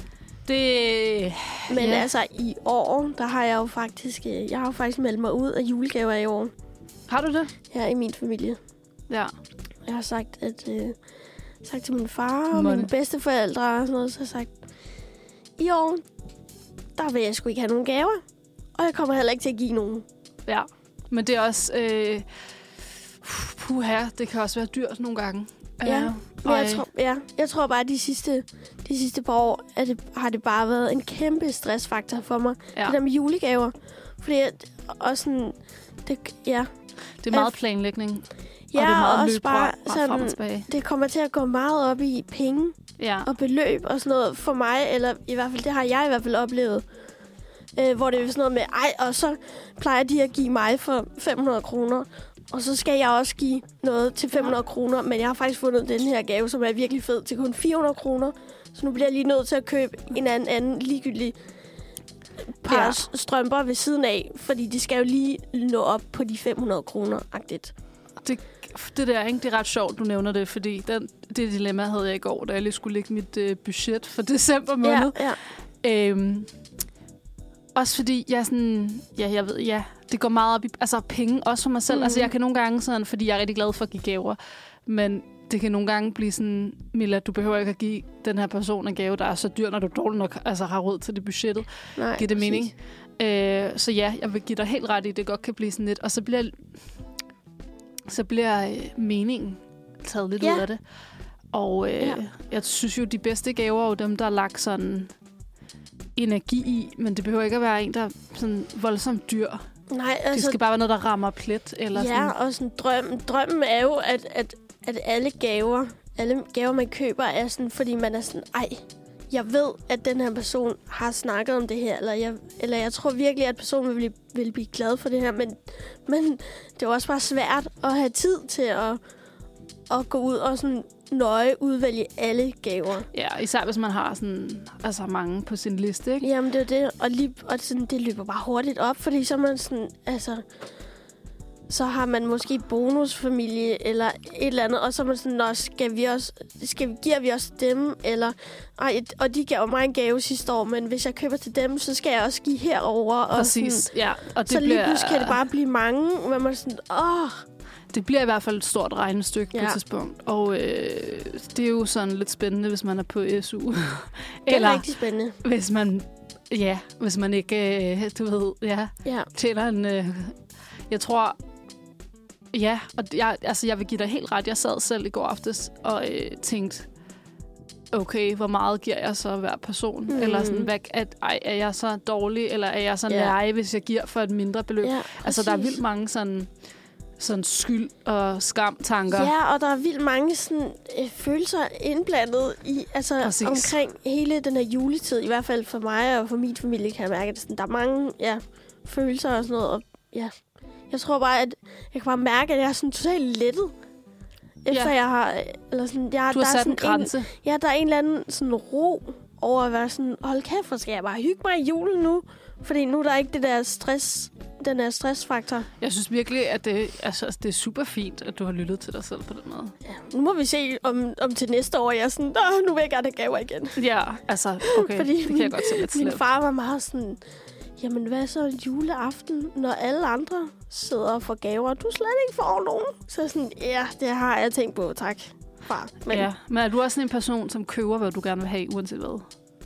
Det... Men Ja. altså, i år, der har jeg jo faktisk, øh, jeg har jo faktisk meldt mig ud af julegaver i år. Har du det? Her i min familie. Ja. Jeg har sagt, at øh, sagt til min far og Money. mine bedsteforældre og sådan noget, så har jeg sagt, i år, der vil jeg sgu ikke have nogen gaver. Og jeg kommer heller ikke til at give nogen. Ja. Men det er også... Øh... Puha, det kan også være dyrt nogle gange. Ja. Øh, Men og, jeg øh, tror, ja, jeg tror bare, at de sidste, de sidste par år at det, har det bare været en kæmpe stressfaktor for mig. ja. Det der med julegaver. Fordi at, og sådan, det, ja. Det er meget planlægning. Ja, og det er meget også løb bare frem, frem og sådan, tilbage. det kommer til at gå meget op i penge Ja. og beløb og sådan noget for mig, eller i hvert fald, det har jeg i hvert fald oplevet. Øh, hvor det er sådan noget med, ej, og så plejer de at give mig for fem hundrede kroner, og så skal jeg også give noget til fem hundrede kroner, men jeg har faktisk fundet den her gave, som er virkelig fed, til kun fire hundrede kroner. Så nu bliver jeg lige nødt til at købe en anden, anden ligegyldig par Ja. ja. strømper ved siden af, fordi de skal jo lige nå op på de fem hundrede kroner-agtigt. Det, det der, ikke? Det er ret sjovt, du nævner det, fordi den, det dilemma havde jeg i går, da jeg lige skulle lægge mit øh, budget for december måned. Ja, ja. Øhm, også fordi jeg sådan, ja, jeg ved, ja, det går meget op i, altså penge, også for mig selv. Mhm. Mm. Altså jeg kan nogle gange sådan, fordi jeg er rigtig glad for at give gaver, men det kan nogle gange blive sådan, Milla, du behøver ikke at give den her person en gave, der er så dyr, når du dårligt nok altså, har råd til det budgettet. Nej, Giver det præcis. mening? Øh, så ja, jeg vil give dig helt ret i, det godt kan blive sådan lidt, og så bliver, så bliver øh, meningen taget lidt Ja. ud af det. Og øh, Ja. ja. jeg synes jo, de bedste gaver er jo dem, der er lagt sådan energi i, men det behøver ikke at være en, der er sådan voldsomt dyr. Nej, Det altså... skal bare være noget, der rammer plet. Eller ja, sådan. og sådan drømmen. Drømmen er jo, at, at, at alle gaver, alle gaver, man køber, er sådan, fordi man er sådan, ej, jeg ved, at den her person har snakket om det her, eller jeg, eller jeg tror virkelig, at personen vil blive, vil blive glad for det her, men, men det er jo også bare svært at have tid til at, at gå ud og sådan nøje udvælge alle gaver. Ja, især hvis man har sådan, altså mange på sin liste, ikke? Jamen, det er det, og, lige, og sådan, det løber bare hurtigt op, fordi så er man sådan, altså... så har man måske bonusfamilie eller et eller andet, og så er man sådan, nå, skal vi også, skal vi, giver vi også dem, eller, ej, og de gav mig en gave sidste år, men hvis jeg køber til dem, så skal jeg også give herover. Præcis, og sådan, ja. Og det så lige bliver, pludselig kan det bare blive mange, hvor man er sådan, åh. Det bliver i hvert fald et stort regnestykke ja. på et tidspunkt, og øh, det er jo sådan lidt spændende, hvis man er på S U. Det eller er rigtig spændende. hvis man, ja, hvis man ikke, øh, du ved, ja, ja. tjener en, øh, jeg tror... Ja, og jeg, altså, jeg vil give dig helt ret. Jeg sad selv i går aftes og øh, tænkte, okay, hvor meget giver jeg så hver person? Mm. Eller sådan, hvad, at, ej, er jeg så dårlig, eller er jeg så ja. nej, hvis jeg giver for et mindre beløb? Ja, altså, der er vildt mange sådan, sådan skyld og skam-tanker. Ja, og der er vildt mange sådan, øh, følelser indblandet i, altså Præcis. omkring hele den her juletid. I hvert fald for mig og for min familie kan jeg mærke, at sådan, der er mange ja, følelser og sådan noget. Og, ja. Jeg tror bare, at jeg kan bare mærke, at jeg er sådan totalt lettet. Efter ja. jeg har... Eller sådan, jeg, du har der sat er en grænse. En, ja, der er en eller anden sådan ro over at være sådan, hold kæft, hvor skal jeg bare hygge mig i julen nu? Fordi nu er der ikke det der stress, den der stressfaktor. Jeg synes virkelig, at det, altså, det er super fint, at du har lyttet til dig selv på den måde. Ja, nu må vi se, om, om til næste år, jeg er sådan, nu vil jeg gerne have gaver igen. Ja, altså, okay, Fordi det kan jeg godt se lidt slemt. Min far var meget sådan... Jamen, hvad så en juleaften, når alle andre sidder og får gaver, og du slet ikke får nogen? Så sådan, ja, det har jeg tænkt på, tak, far. Men, ja, men er du også sådan en person, som køber, hvad du gerne vil have, uanset hvad?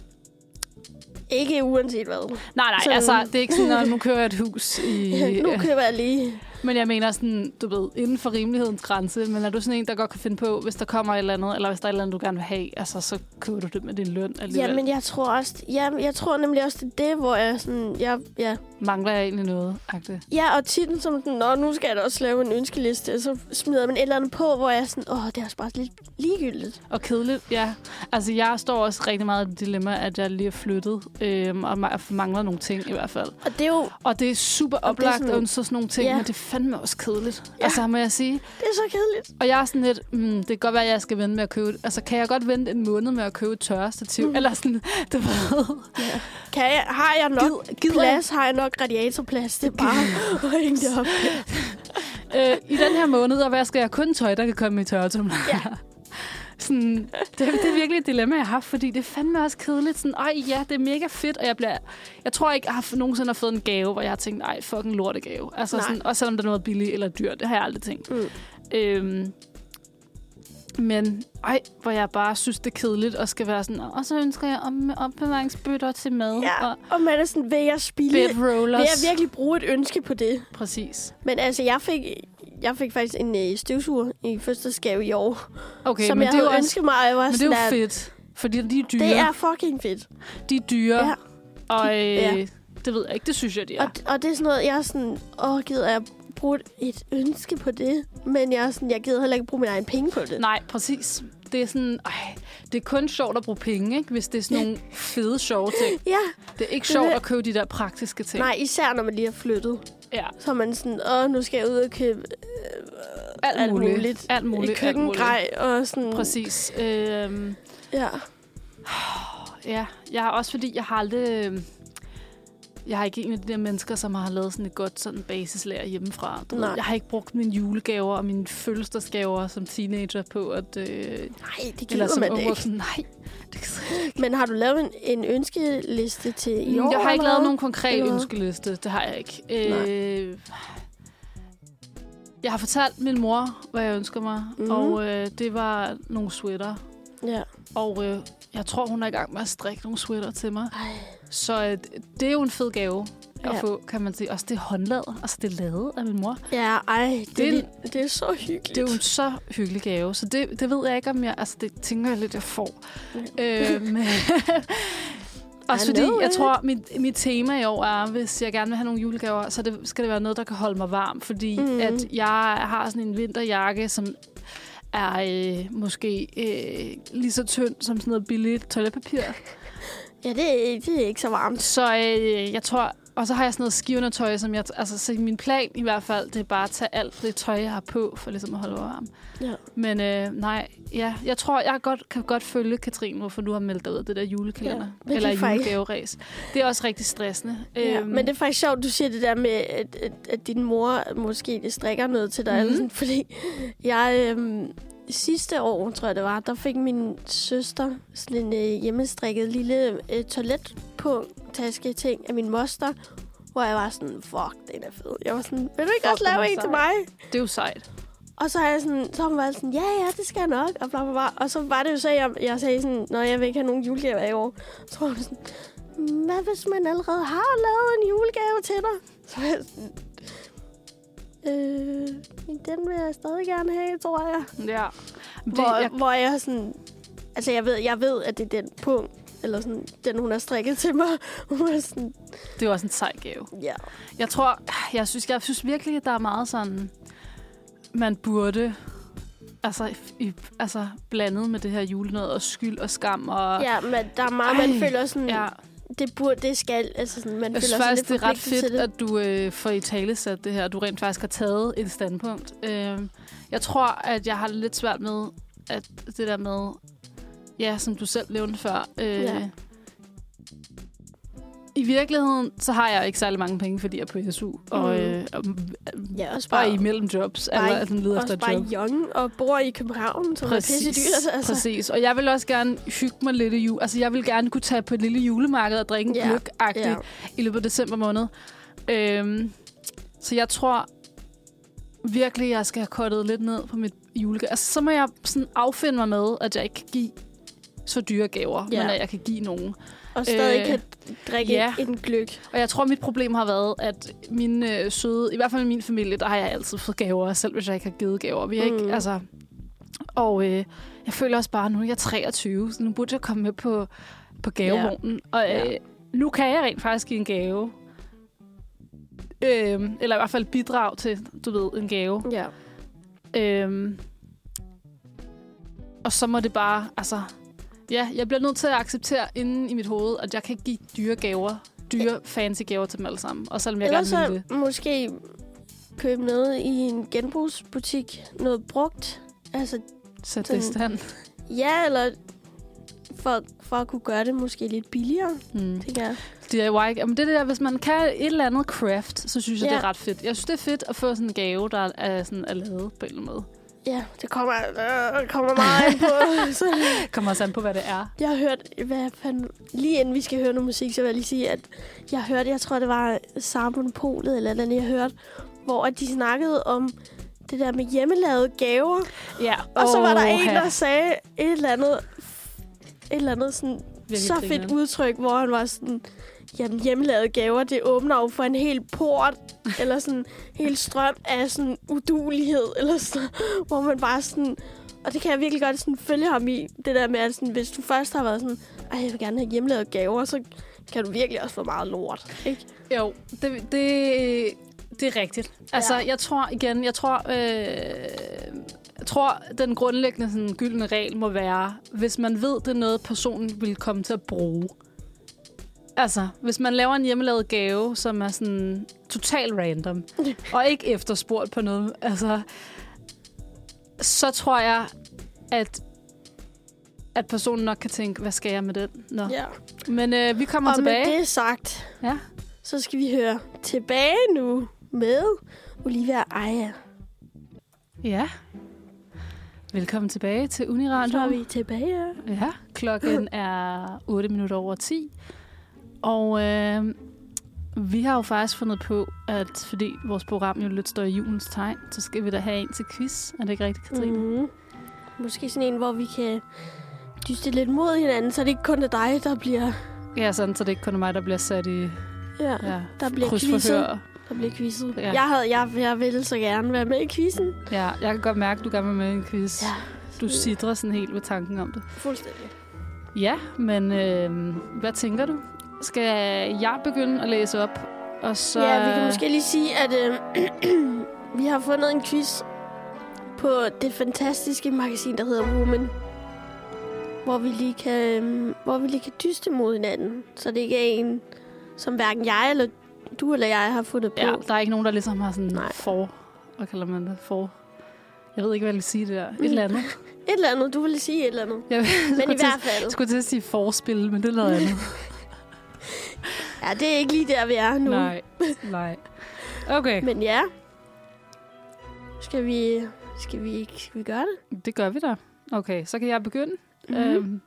Ikke uanset hvad. Nej, nej, så, altså, det er ikke sådan, at nu køber jeg et hus i... Ja, nu køber jeg lige... Men jeg mener sådan, du ved, inden for rimelighedens grænse, men er du sådan en, der godt kan finde på, hvis der kommer et eller andet, eller hvis der er et eller andet, du gerne vil have, altså, så køber du det med din løn alligevel? Ja, men jeg tror også... Ja, jeg tror nemlig også, det er det, hvor jeg sådan... Jeg, ja. Mangler jeg egentlig noget, agtigt? Ja, og titlen som sådan, nå, nu skal jeg da også lave en ønskeliste, og så smider man et eller andet på, hvor jeg er sådan, åh, det er også bare lidt ligegyldigt. Og kedeligt, ja. Altså, jeg står også rigtig meget i det dilemma, at jeg lige er flyttet, øhm, og mangler nogle ting i hvert fald. Og det er jo... Og det er super oplagt sådan, at ønske sådan nogle ting, ja. men det er fandme også kedeligt. Ja. Altså, må jeg sige. Det er så kedeligt. Og jeg er sådan lidt, mm, det kan godt være, at jeg skal vente med at købe... Altså, kan jeg godt vente en måned med at købe et tørrestativ? Mm. Eller sådan, du ved... Ja. Kan jeg, har jeg nok Gid, plads? Har jeg nok radiatorplads? Det er bare at hænge det op. øh, I den her måned, der vasker jeg kun tøj, der kan komme i tørretumler. Ja. Sådan, det, det er virkelig et dilemma, jeg har haft, fordi det er fandme også kedeligt. Sådan, ej, ja, det er mega fedt, og jeg bliver... Jeg tror ikke, jeg har nogensinde har fået en gave, hvor jeg har tænkt, ej, fucking lortegave. Altså, sådan, også selvom det er noget billigt eller dyrt, det har jeg aldrig tænkt. Mm. Øhm, men, ej, hvor jeg bare synes, det er kedeligt, og skal være sådan, og så ønsker jeg om opbevaringsbøtter til mad. Ja, og, og man er sådan, vil jeg spille... Bed rollers. Vil jeg virkelig bruge et ønske på det? Præcis. Men altså, jeg fik... Jeg fik faktisk en øh, støvsuger i fødselsdagsgave i år, Okay, som men jeg det er havde jo ønsket mig. Jeg var Men det er jo sådan, fedt, fordi de er dyre. Det er fucking fedt. De er dyre, Ja. og øh, Ja. det ved jeg ikke, det synes jeg, de er. Og, og det er sådan noget, jeg er sådan, åh, gider jeg bruge et ønske på det? Men jeg er sådan, jeg gider heller ikke bruge mine egne penge på det. Nej, præcis. Det er sådan, ej, det er kun sjovt at bruge penge, ikke? Hvis det er sådan nogle fede, sjove ting. Ja. Det er ikke Det sjovt er- at købe de der praktiske ting. Nej, især når man lige har flyttet. Ja, Så er man sådan, åh, nu skal jeg ud og købe øh, alt, alt muligt. muligt. Alt muligt. Et alt muligt. køkkengrej og sådan. Præcis. Øhm, Ja. ja, jeg har også fordi, jeg har aldrig... øh, Jeg har ikke en af de der mennesker, som har lavet sådan et godt sådan basislager hjemmefra. Du ved, Nej. jeg har ikke brugt mine julegaver og mine fødselsdagsgaver som teenager på at... Øh, Nej, det eller gider som man ikke. ungvoksen. Nej, det kan jeg ikke. Men har du lavet en, en ønskeliste til i år? Jeg har ikke eller lavet hvad? nogen konkret Eller hvad? ønskeliste. Det har jeg ikke. Øh, jeg har fortalt min mor, hvad jeg ønsker mig. Mhm. Og øh, det var nogle sweater. Ja. Og øh, jeg tror, hun er i gang med at strikke nogle sweater til mig. Ej. Så øh, det er jo en fed gave at Ja. få, kan man sige. Også det er håndlaget. Altså, det er lavet af min mor. Ja, ej, det, Det er det, det er så hyggeligt. Det er jo en så hyggelig gave. Så det, det ved jeg ikke, om jeg... Altså, det tænker jeg lidt, jeg får. Øh, men, Også I fordi, know jeg it. tror, mit, mit tema i år er, hvis jeg gerne vil have nogle julegaver, så det, skal det være noget, der kan holde mig varm. Fordi Mm. at jeg har sådan en vinterjakke, som er øh, måske øh, lige så tynd som sådan noget billigt toiletpapir. Ja, det er, det er ikke så varmt. Så øh, jeg tror... Og så har jeg sådan noget skivende tøj, som jeg... Altså, så min plan i hvert fald, det er bare at tage alt det tøj, jeg har på, for ligesom at holde mig varm. Ja. Men øh, nej, ja, jeg tror, jeg godt, kan godt følge Katrine, hvorfor du har meldt dig ud af det der julekalender. Ja, eller det er faktisk- julegaveræs. Det er også rigtig stressende. Ja, Øhm, men det er faktisk sjovt, du siger det der med, at, at, at din mor måske strikker noget til dig. Mhm. Mm. Eller sådan, fordi jeg øhm, sidste år, tror jeg det var, der fik min søster sådan en øh, hjemmestrikket lille øh, toiletpunkt-taske-ting af min moster, hvor jeg var sådan, fuck, den er fed. Jeg var sådan, vil du ikke Fuck, også den er lave en sej. til mig? Det er jo sejt. Og så har jeg sådan, så har hun været sådan, ja, ja, det skal jeg nok, og bla, bla, bla. Og så var det jo så, jeg, jeg sagde sådan, når jeg vil ikke have nogen julegaver i år. Så var hun sådan, hvad hvis man allerede har lavet en julegave til dig? Så var jeg sådan, øh, den vil jeg stadig gerne have, tror jeg. Ja. Men det, Hvor, jeg, jeg... hvor jeg sådan, altså jeg ved, jeg ved, at det er den punkt, eller sådan, den hun har strikket til mig. Hun var sådan, det er jo også en sej gave. ja. Jeg tror, jeg synes, jeg synes virkelig, at der er meget sådan, man burde... Altså, i, altså blandet med det her julenød og skyld og skam. Og, Ja, men der er meget, man Ej, føler sådan, ja. det burde, det skal, altså sådan, man Jeg føler synes sig faktisk, lidt det er ret forpligtet fedt, til det. at du øh, får i tale sat det her. Du rent faktisk har taget et standpunkt. Øh, jeg tror, at jeg har det lidt svært med, at det der med, ja, som du selv nævnte før, øh, Ja. i virkeligheden, så har jeg ikke særlig mange penge, fordi jeg er på S U. Og, Mm. øh, og, Ja, også bare bare, i mellem jobs. bare, Eller sådan leder også efter bare et job. young og bor i København, som Præcis, er pisse dyrt. Altså. præcis. Og jeg vil også gerne hygge mig lidt i jul. Altså, jeg vil gerne kunne tage på et lille julemarked og drikke en Ja, gløgg-agtigt ja. i løbet af december måned. Øhm, så jeg tror virkelig, jeg skal have kortet lidt ned på mit julegave. Altså, så må jeg sådan affinde mig med, at jeg ikke kan give så dyre gaver, Ja. men at jeg kan give nogen. Og stadig Øh, kan drikke ja. en gløgg. Og jeg tror, mit problem har været, at min øh, søde... I hvert fald i min familie, der har jeg altid fået gaver, selv hvis jeg ikke har givet gaver. Vi har Mm. ikke, altså... Og øh, jeg føler også bare, nu er jeg treogtyve, så nu burde jeg komme med på, på gavevognen. Ja. Og øh, Ja. nu kan jeg rent faktisk give en gave. Øh, eller i hvert fald bidrag til, du ved, en gave. Ja. Øh, og så må det bare... Altså, ja, jeg bliver nødt til at acceptere inden i mit hoved, at jeg kan give dyre gaver. Dyre, fancy gaver til dem alle sammen. Og selvom jeg Ellers gerne vil så det. måske købe noget i en genbrugsbutik. Noget brugt. Altså, Sæt det i stand. ja, eller for, for at kunne gøre det måske lidt billigere, Hmm. tænker jeg. D I Y. Jamen det er det der, hvis man kan et eller andet craft, så synes jeg, Ja. det er ret fedt. Jeg synes, det er fedt at få sådan en gave, der er, sådan, er lavet på en eller anden måde. Ja, det kommer, øh, kommer meget ind på. Så, Kommer også an på, hvad det er. jeg har hørt, hvad fanden, lige inden vi skal høre noget musik, så vil jeg lige sige, at jeg hørte, jeg tror, det var Sara Monopolet eller andet, jeg hørte, hvor at de snakkede om det der med hjemmelavede gaver. Ja. Og så var der Åh, en, ja. der sagde et eller andet, et eller andet sådan, Virkelig så fedt grineren. udtryk, hvor han var sådan, jamen hjemmelavede gaver, det åbner jo for en hel port, eller sådan en hel strøm af sådan udulighed, eller sådan, hvor man bare sådan, og det kan jeg virkelig godt sådan følge ham i, det der med, at sådan, hvis du først har været sådan, ej, jeg vil gerne have hjemmelavede gaver, så kan du virkelig også få meget lort, ikke? Jo, det, det, det er rigtigt. Altså, Ja. jeg tror igen, jeg tror, øh, jeg tror, den grundlæggende sådan, gyldne regel må være, hvis man ved, det er noget, personen vil komme til at bruge. Altså, hvis man laver en hjemmelavet gave, som er sådan total random, og ikke efterspurgt på noget, altså, så tror jeg, at, at personen nok kan tænke, hvad skal jeg med den? Nå. Ja. Men øh, vi kommer Og tilbage. med det sagt, Ja. så skal vi høre tilbage nu med Olivia Aya. Ja. Velkommen tilbage til Så Uniradio. er vi tilbage. Ja, klokken er otte minutter over ti. Og øh, vi har jo faktisk fundet på, at fordi vores program jo lidt står i julens tegn, så skal vi da have en til quiz. Er det ikke rigtigt, Katrine? Mm. Mm-hmm. Måske sådan en, hvor vi kan dyste lidt mod hinanden, så det ikke kun er dig, der bliver, Ja, sådan, så det ikke kun er mig, der bliver sat i ja, ja, der bliver krydsforhør. quizzet. Der bliver quizzet. Ja. Ja. Jeg, havde, jeg, jeg ville så gerne være med i quizzen. Ja, jeg kan godt mærke, at du gerne vil med i en quiz. Ja. Du sidder sådan helt ved tanken om det. Fuldstændig. Ja, men øh, hvad tænker du? Skal jeg begynde at læse op? Og så... Ja, vi kan måske lige sige, at øh, vi har fundet en quiz på det fantastiske magasin, der hedder Woman. Hvor vi lige kan, øh, hvor vi lige kan dyste mod hinanden. Så det ikke er en, som hverken jeg eller du eller jeg har fundet på. Ja, der er ikke nogen, der ligesom har sådan Nej. for... Hvad kalder man det? For... Jeg ved ikke, hvad jeg vil sige det der. Et eller andet. Et eller andet. Du ville sige et eller andet. Jeg Men i skulle til- hvert fald. Jeg skulle til at sige forspil, men det er noget andet. Ja, det er ikke lige der, vi er nu. Nej, nej. Okay, Men ja. Skal vi, skal vi, ikke, skal vi gøre det? det gør vi da. Okay, så kan jeg begynde. Mhm. Øhm,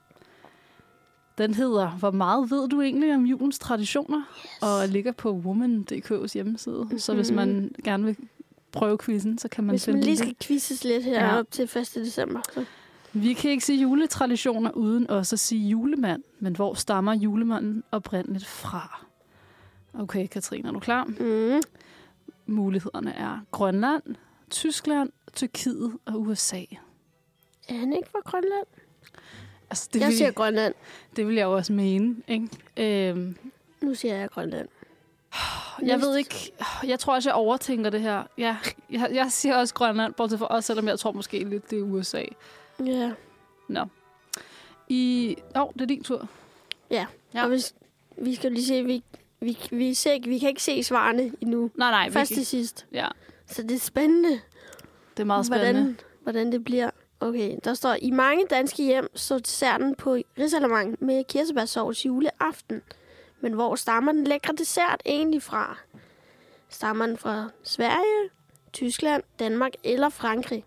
den hedder, hvor meget ved du egentlig om julens traditioner? Yes. Og ligger på woman punktum d k's hjemmeside. Mm-hmm. Så hvis man gerne vil prøve quizzen, så kan man Hvis finde man lige den. skal quizzes lidt her Ja. op til første december. Så. Vi kan ikke sige juletraditioner uden også at sige julemand. Men hvor stammer julemanden oprindeligt fra? Okay, Katrine, er du klar? Mm. Mulighederne er Grønland, Tyskland, Tyrkiet og U S A. Er han ikke fra Grønland? Altså, det, Jeg vil, siger Grønland. det vil jeg jo også mene, ikke? Øhm, Nu siger jeg Grønland. jeg ved ikke... Jeg tror også, jeg overtænker det her. Ja, jeg, jeg siger også Grønland, bortset fra os, selvom jeg tror måske lidt, det er U S A. Ja. Nå. I... Åh, oh, det er din tur. Ja. Ja. Og hvis, vi skal lige se, vi, vi, vi, ser, vi kan ikke se svarene endnu. Nej, nej. Først vi, til sidst. ja, Så det er spændende, det er meget spændende. hvordan, hvordan det bliver. Okay, der står, i mange danske hjem så desserten på risalamande med kirsebærsovs juleaften. Men hvor stammer den lækre dessert egentlig fra? Stammer den fra Sverige, Tyskland, Danmark eller Frankrig?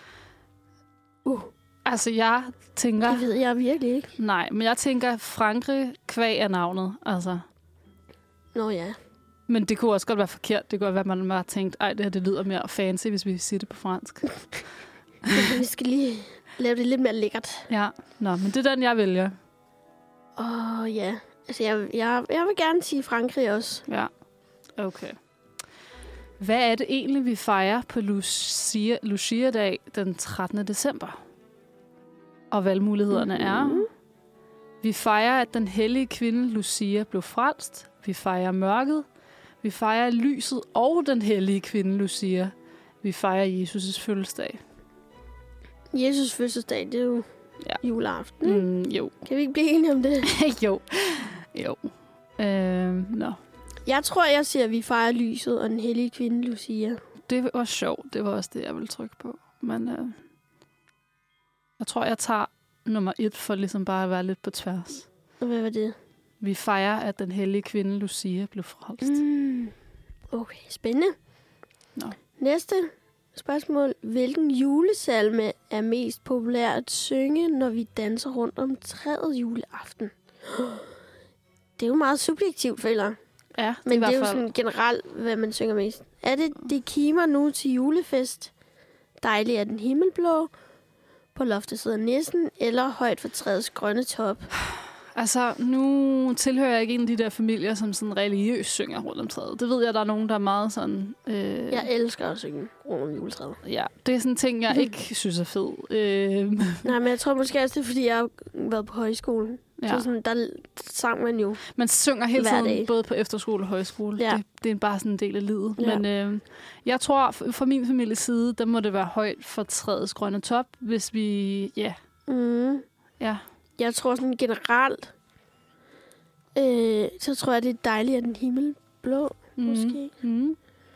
Uh, Altså, jeg tænker... det ved jeg virkelig ikke. Nej, men jeg tænker Frankrig kvæg af navnet. Altså. Nå ja. Men det kunne også godt være forkert. Det kunne være, at man bare tænkt, ej, det her det lyder mere fancy, hvis vi siger det på fransk. Vi skal lige lave det lidt mere lækkert. Ja, nå, men det er den, jeg vælger. Åh oh, ja. Altså, jeg, jeg, jeg vil gerne sige Frankrig også. Ja, okay. Hvad er det egentlig, vi fejrer på Lucia, Lucia-dag den trettende december? Og valgmulighederne Mhm. er... Vi fejrer, at den hellige kvinde Lucia blev frelst. Vi fejrer mørket. Vi fejrer lyset og den hellige kvinde Lucia. Vi fejrer Jesus' fødselsdag. Jesus fødselsdag, det er jo Ja. juleaften. Ikke? Mm, jo. Kan vi ikke blive enige om det? jo. Jo. Øh, nå. Jeg tror, jeg siger, at vi fejrer lyset og den hellige kvinde Lucia. Det var sjovt. Det var også det, jeg ville trykke på. Men øh, jeg tror, jeg tager nummer et for ligesom bare at være lidt på tværs. Og hvad var det? Vi fejrer, at den hellige kvinde Lucia blev frelst. Mm. Mm. Okay, spændende. Nå. Næste spørgsmål. Hvilken julesalme er mest populær at synge, når vi danser rundt om træet juleaften? Det er jo meget subjektivt, føler. Ja, Men i det hvert er jo fald. sådan generelt, hvad man synger mest. Er det Det kimer nu til julefest? Dejlig er den himmelblå? På loftet sidder nissen? Eller højt for træets grønne top? Altså, nu tilhører jeg ikke en af de der familier, som sådan religiøst synger rundt om træet. Det ved jeg, der er nogen, der er meget sådan... Øh, Jeg elsker at synge rundt om juletræet. ja, det er sådan en ting, jeg ikke synes er fed. Øh, Nej, men jeg tror måske også, det er, fordi jeg har været på højskolen. Ja. ja. Så sådan, der sang man jo. Man synger hele Hver tiden, dag. både på efterskole og højskole. Ja. Det, det er bare sådan en del af livet. Ja. Men øh, jeg tror, f- fra min families side, der må det være højt for træets grønne top, hvis vi... Ja, Mm. ja. Jeg tror sådan generelt, øh, så tror jeg, det er dejligt, at den himmel blå, mm. måske. Mm.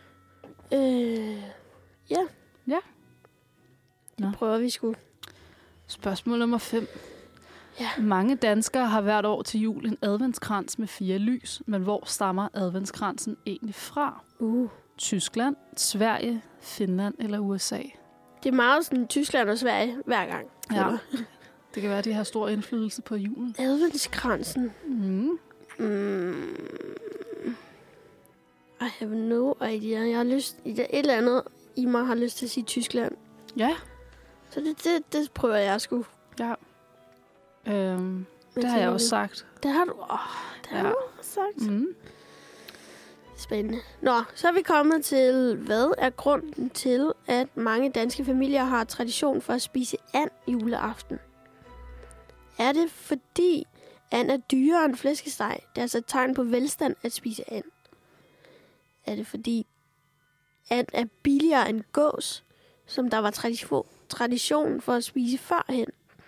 Øh, ja. Ja. Det Nå. prøver vi sgu. Spørgsmål nummer fem. Ja. Mange danskere har hvert år til jul en adventskrans med fire lys, men hvor stammer adventskransen egentlig fra? Uh. Tyskland, Sverige, Finland eller U S A? Det er meget sådan Tyskland og Sverige hver gang. Ja. Det kan være, at de har stor indflydelse på julen. Adventskransen. Mm. Mm. I have no idea. Jeg har lyst... Et eller andet i mig har lyst til at sige Tyskland. Ja. Så det, det, det prøver jeg sgu. Ja. Øhm, Hvad det har jeg tænker også du? sagt. Det har du... Åh, det har Ja. du også sagt. Mm. Spændende. Nå, så er vi kommet til, hvad er grunden til, at mange danske familier har tradition for at spise and juleaften? Er det fordi, and er dyrere end flæskesteg? Det er altså et tegn på velstand at spise and. Er det fordi and er billigere end gås, som der var tradition, tradition for at spise førhen?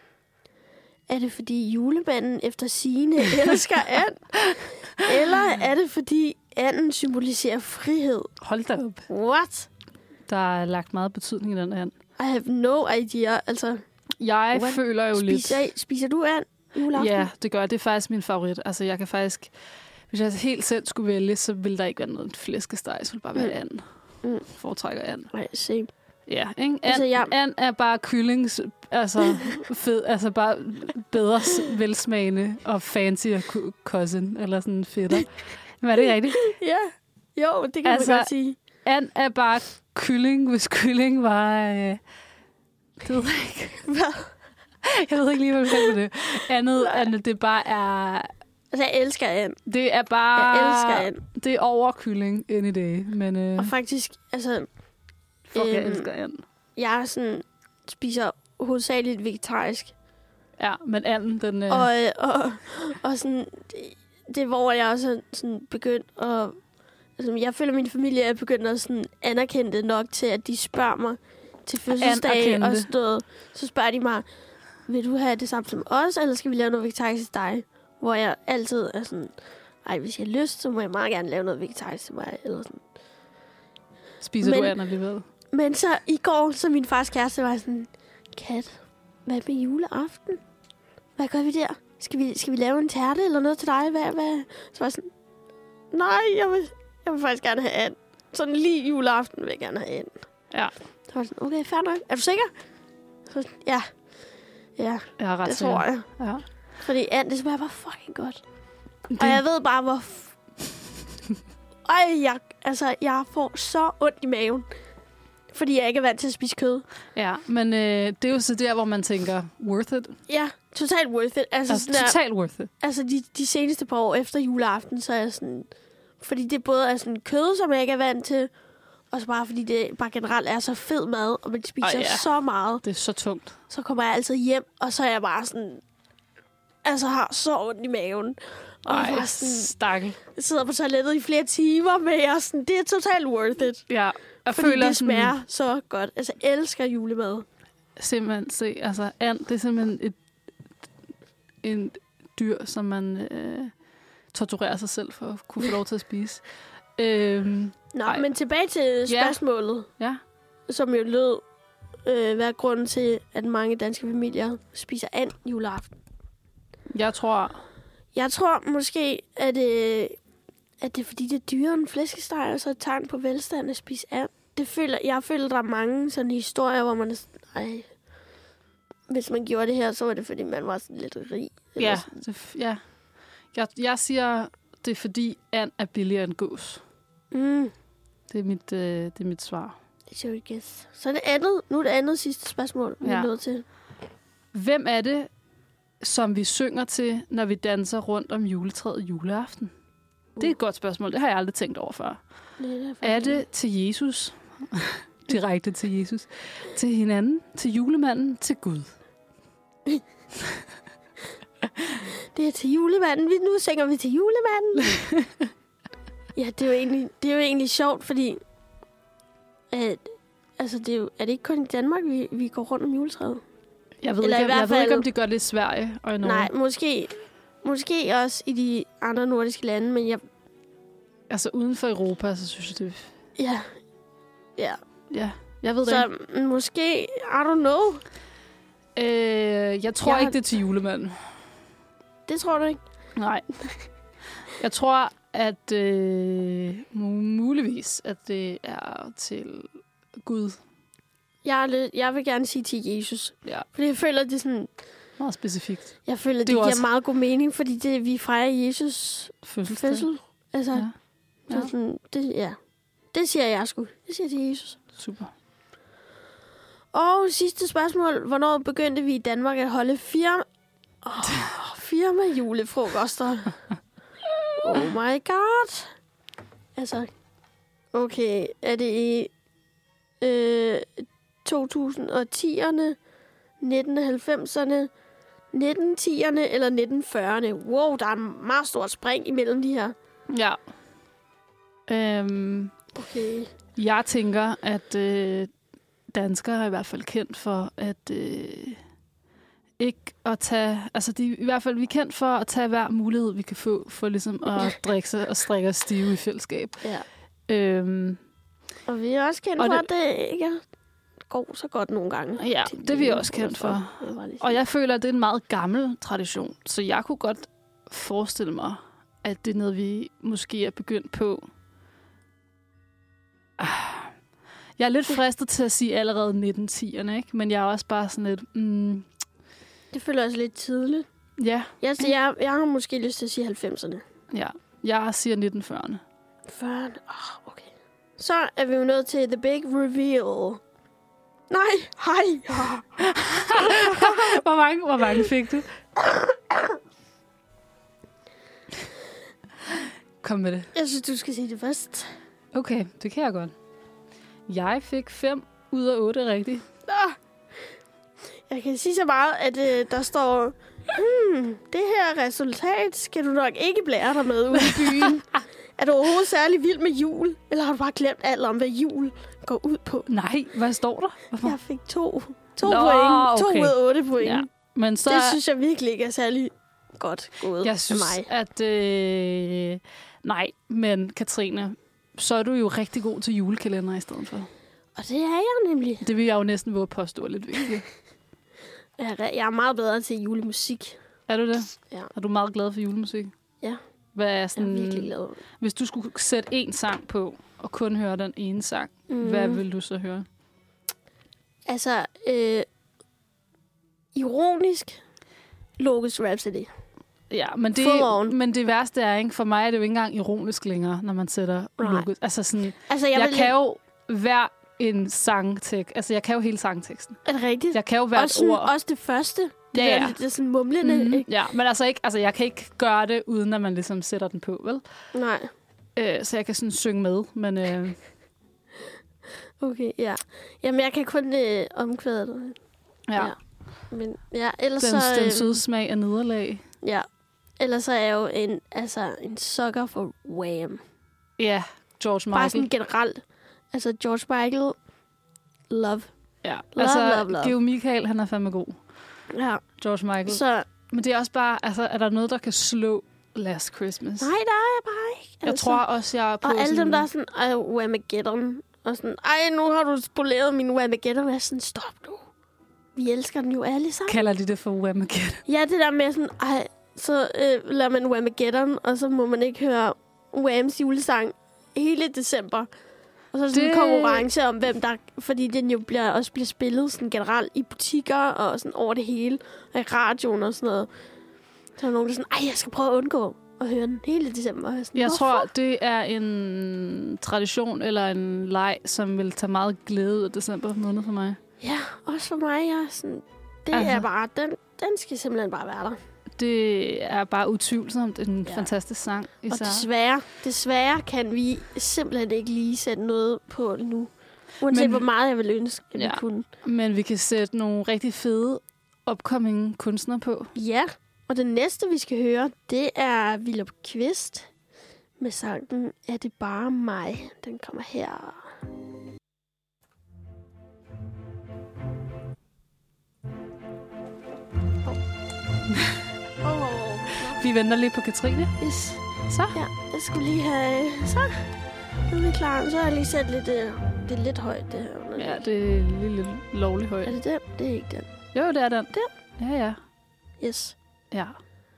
Er det fordi julemanden efter sigende elsker and? Eller er det fordi anden symboliserer frihed? Hold da op. What? Der er lagt meget betydning i den and. I have no idea. Altså, Jeg What? føler jo lidt... spiser, spiser du and juleaften? Ja, det gør jeg. Det er faktisk min favorit. Altså, jeg kan faktisk... Hvis jeg helt selv skulle vælge, så ville der ikke være noget flæskesteg. Så ville det bare være and. Mm. Foretrækker and. Nej, same. Ja, ikke? And, Altså, jeg- and er bare kyllings... Altså, fed, altså bare bedre s- velsmagende og fancy cousin. Eller sådan fedtere. Men er det rigtigt? Ja, jo, det kan Altså, man godt sige. And er bare kylling, hvis kylling var... Øh, det ved jeg ikke. Hvad? Jeg ved ikke lige, hvad vi kalder det. Andet, andet, det bare er... Altså, jeg elsker and. Det er bare... Jeg elsker and. Det er over kylling any day, men... Øh, Og faktisk, altså, fuck, jeg øhm, elsker and. jeg er sådan, spiser hovedsageligt vegetarisk. Ja, men anden, den... Øh, Og, øh, og, og sådan, det, det er, hvor jeg også er sådan begyndt at... Altså, jeg føler, at min familie er begyndt at sådan anerkende det nok til, at de spørger mig til fødselsdag Anerkende og det. sådan noget. Så spørger de mig, vil du have det samme som os, eller skal vi lave noget vegetarisk til dig? Hvor jeg altid er sådan, ej, hvis jeg har lyst, så må jeg meget gerne lave noget vegetarisk til mig. Eller sådan. spiser men- du and alligevel? Men så i går, så min fars kæreste var sådan, Kat, hvad med juleaften? Hvad gør vi der? Skal vi, skal vi lave en tærte eller noget til dig? Hvad, hvad? Så var jeg sådan, nej, jeg vil, jeg vil faktisk gerne have and. Sådan lige juleaften vil jeg gerne have and. Ja, Så var jeg sådan, okay, fair nok. Er du sikker? Så var jeg sådan, ja. Ja, jeg har ret det til tror jeg. Ja. Fordi and, det smager bare fucking godt. Det, Og jeg ved bare, hvor... F- Ej, jeg, altså, jeg får så ondt i maven. Fordi jeg ikke er vant til at spise kød. ja, men øh, det er jo så der, hvor man tænker, worth it? Ja, totalt worth it. Altså, Altså, sådan der, totalt worth it. altså de, de seneste par år efter juleaften, så er jeg sådan... Fordi det både er sådan kød, som jeg ikke er vant til, og så bare fordi det bare generelt er så fed mad, og man spiser Ej, ja. så meget, Det er så tungt. så kommer jeg altid hjem, og så er jeg bare sådan... Altså har så ondt i maven. Og jeg, Ej, bare sådan, stakkel. jeg sidder på toilettet i flere timer, men jeg er sådan, det er totalt worth it. Ja, jeg Fordi føler det sådan- smager så godt. Altså, jeg elsker julemad. Simpelthen se, altså and, det er simpelthen et, en dyr, som man øh, torturerer sig selv for at kunne få lov til at spise. Øhm, Nå, Ej. men tilbage til spørgsmålet, ja, som jo lød, øh, hvad er grunden til, at mange danske familier spiser and juleaften? jeg tror, Jeg tror måske, at, øh, at det er fordi, det er dyrere end flæskesteg, og så et tegn på velstand at spise and. Det føler, jeg føler, der er mange sådan historier, hvor man er sådan, ej, hvis man gjorde det her, så var det fordi, man var sådan lidt rig. Eller ja, sådan. det, ja. Jeg, jeg siger, det er fordi and er billigere end gås. Mm, Det er mit, øh, det er mit svar. det er jo ikke guess. Så er det andet, nu er det andet sidste spørgsmål, vi Ja. er nødt til. Hvem er det, som vi synger til, når vi danser rundt om juletræet juleaften? Det er et godt spørgsmål. Det har jeg aldrig tænkt over før. Det er, derfor, Er det til Jesus? Direkte til Jesus. Til hinanden? Til julemanden? Til Gud? Det er til julemanden. Vi, nu synger vi til julemanden. Ja, det er, jo egentlig, det er jo egentlig sjovt, fordi... At, altså, det er, jo, er det ikke kun i Danmark, vi, vi går rundt om juletræet? Jeg ved, Eller i ikke, hvert jeg ved ikke, fald- om de gør det i Sverige og i Norge. Nej, måske, måske også i de andre nordiske lande, men jeg... Altså uden for Europa, så synes jeg, det Ja, ja. Ja, jeg ved det Så ikke. mm, måske, I don't know. Øh, jeg tror Jeg har- ikke, det er til julemanden. Det tror du ikke? Nej. Jeg tror, at øh, mu- muligvis, at det er til Gud. Jeg, er lidt, jeg vil gerne sige til Jesus. Ja, Fordi jeg føler, det er sådan... meget specifikt. Jeg føler, det, Det er det jo giver også- meget god mening, fordi det, vi fejrer Jesus Fødselsdag. fødsel. Altså, Ja, ja. ja. Så sådan, det, ja. Det siger jeg sgu. Det siger jeg til Jesus. super. Og sidste spørgsmål. Hvornår begyndte vi i Danmark at holde firma... Oh, firma julefrokoster? Oh my god. Altså, okay. Er det i øh, to tusind og tierne, nitten halvfemserne, nitten tierne eller nitten fyrrerne. Wow, der er en meget stort spring imellem de her. Ja. Øhm, Okay. jeg tænker, at øh, danskere er i hvert fald kendt for at øh, ikke at tage... Altså, de, i hvert fald vi er kendt for at tage hver mulighed, vi kan få, for ligesom at drikke sig og strikke os stive i fællesskab. Ja. Øhm, Og vi er også kendt Og for, det- at det ikke går så godt nogle gange. ja, Til det er vi jul, også kendt for. Jeg var lige Og jeg føler, at det er en meget gammel tradition. Så jeg kunne godt forestille mig, at det er noget, vi måske er begyndt på. Ah. Jeg er lidt fristet til at sige allerede nitten tierne, ikke? Men jeg er også bare sådan lidt... Mm, Det føler jeg også lidt tidligt. ja, Jeg, så jeg, jeg har måske lyst til at sige halvfemserne. ja. Jeg siger nitten fyrrerne. fyrrerne. Oh, okay. Så er vi jo nået til the big reveal. Nej, hej. hvor, mange, hvor mange fik du? Kom med det. Jeg synes, du skal sige det først. Okay, det kan jeg godt. Jeg fik fem ud af otte rigtigt. Nå. Jeg kan sige så meget, at øh, der står, hmm, det her resultat skal du nok ikke blære dig med ude i byen. Er du overhovedet særlig vild med jul? Eller har du bare glemt alt om, hvad jul går ud på? Nej, hvad står der? Hvorfor? Jeg fik to, to Nå, point. To okay. ud af otte point. Ja. Men så Det synes jeg virkelig ikke er særlig godt gået jeg synes, af mig. at... Øh, nej, men Katrine, så er du jo rigtig god til julekalender i stedet for. Og det er jeg nemlig. Det vil jeg jo næsten våge påstå er lidt vigtigt. Jeg er, jeg er meget bedre til julemusik. Er du det? Ja. Er du meget glad for julemusik? Ja. Hvad er Jeg er sådan, virkelig glad. hvis du skulle sætte en sang på, og kun høre den ene sang, Mm. mm. hvad vil du så høre? Altså, øh, ironisk, Logisk Rhapsody. Ja, men Full det, on. men det værste er, ikke? For mig er det jo ikke engang ironisk længere, når man sætter Nej. logo. Altså sådan, Altså, jeg, jeg, vil jeg kan jo hver en sangtekst. Altså, jeg kan jo hele sangteksten. Er det rigtigt? Jeg kan jo hvert også, sådan, ord. også det første. Det Ja, der, ja. lidt- det er sådan mumlende. Mm, Ikke? ja, men altså, ikke, altså, jeg kan ikke gøre det, uden at man ligesom sætter den på, vel? Nej. Øh, så jeg kan sådan synge med, men øh, Okay, ja. Jamen, jeg kan kun øh, omkvæde det. ja. Ja. Men ja, ellers Den, så... den Øh, søde smag af nederlag. ja. Ellers så er jeg jo en, altså, en sucker for Wham. Ja, George Bare Michael. sådan generelt. Altså, George Michael, love. Ja, Love, altså, love, love. Geo Michael, han er fandme god. Ja. George Michael. Så Men det er også bare, altså, er der noget, der kan slå Last Christmas? nej, der er jeg bare ikke. Jeg tror også, jeg er på Og alle sådan... dem, der er sådan, ej, Whamageddon. Og sådan, ej, nu har du spoleret min Whamageddon. Jeg er sådan, stop nu. Vi elsker den jo alle sammen. Kalder de det for Whamageddon? Ja, det der med sådan, ej, så øh, lader man Whamageddon, og så må man ikke høre Whams julesang hele december. Og så er der sådan Det- en konkurrence om, hvem der... Fordi den jo bliver, også bliver spillet sådan generelt i butikker og sådan over det hele. Og i radioen og sådan noget. Så er der nogen, der er sådan, ej, jeg skal prøve at undgå at høre den hele december. Og jeg, er sådan, Jeg "Hvorfor?" tror, det er en tradition eller en leg, som vil tage meget glæde ud af december måned for mig. Ja, også for mig. Jeg er sådan, det Altså. er bare... Den, den skal simpelthen bare være der. Det er bare utvivlsomt en Ja. ja. fantastisk sang. Og Især. desværre, desværre kan vi simpelthen ikke lige sætte noget på nu. Uanset Men- hvor meget jeg vil ønske, at ja. Ja. vi kunne. Men vi kan sætte nogle rigtig fede upcoming kunstnere på. Ja, og det næste, vi skal høre, det er Willow Kvist med sangen Er det bare mig? Den kommer her. Åh, oh. Vi venter lige på Katrine. Yes. Så. Ja, jeg skulle lige have... Så, nu er vi klar. Så har jeg lige sat lidt... Øh, det er lidt højt, det her. Ja, det er lige lidt lovligt højt. Er det den? Det er ikke den. Jo, det er den. Den? Ja, ja. Yes. Ja.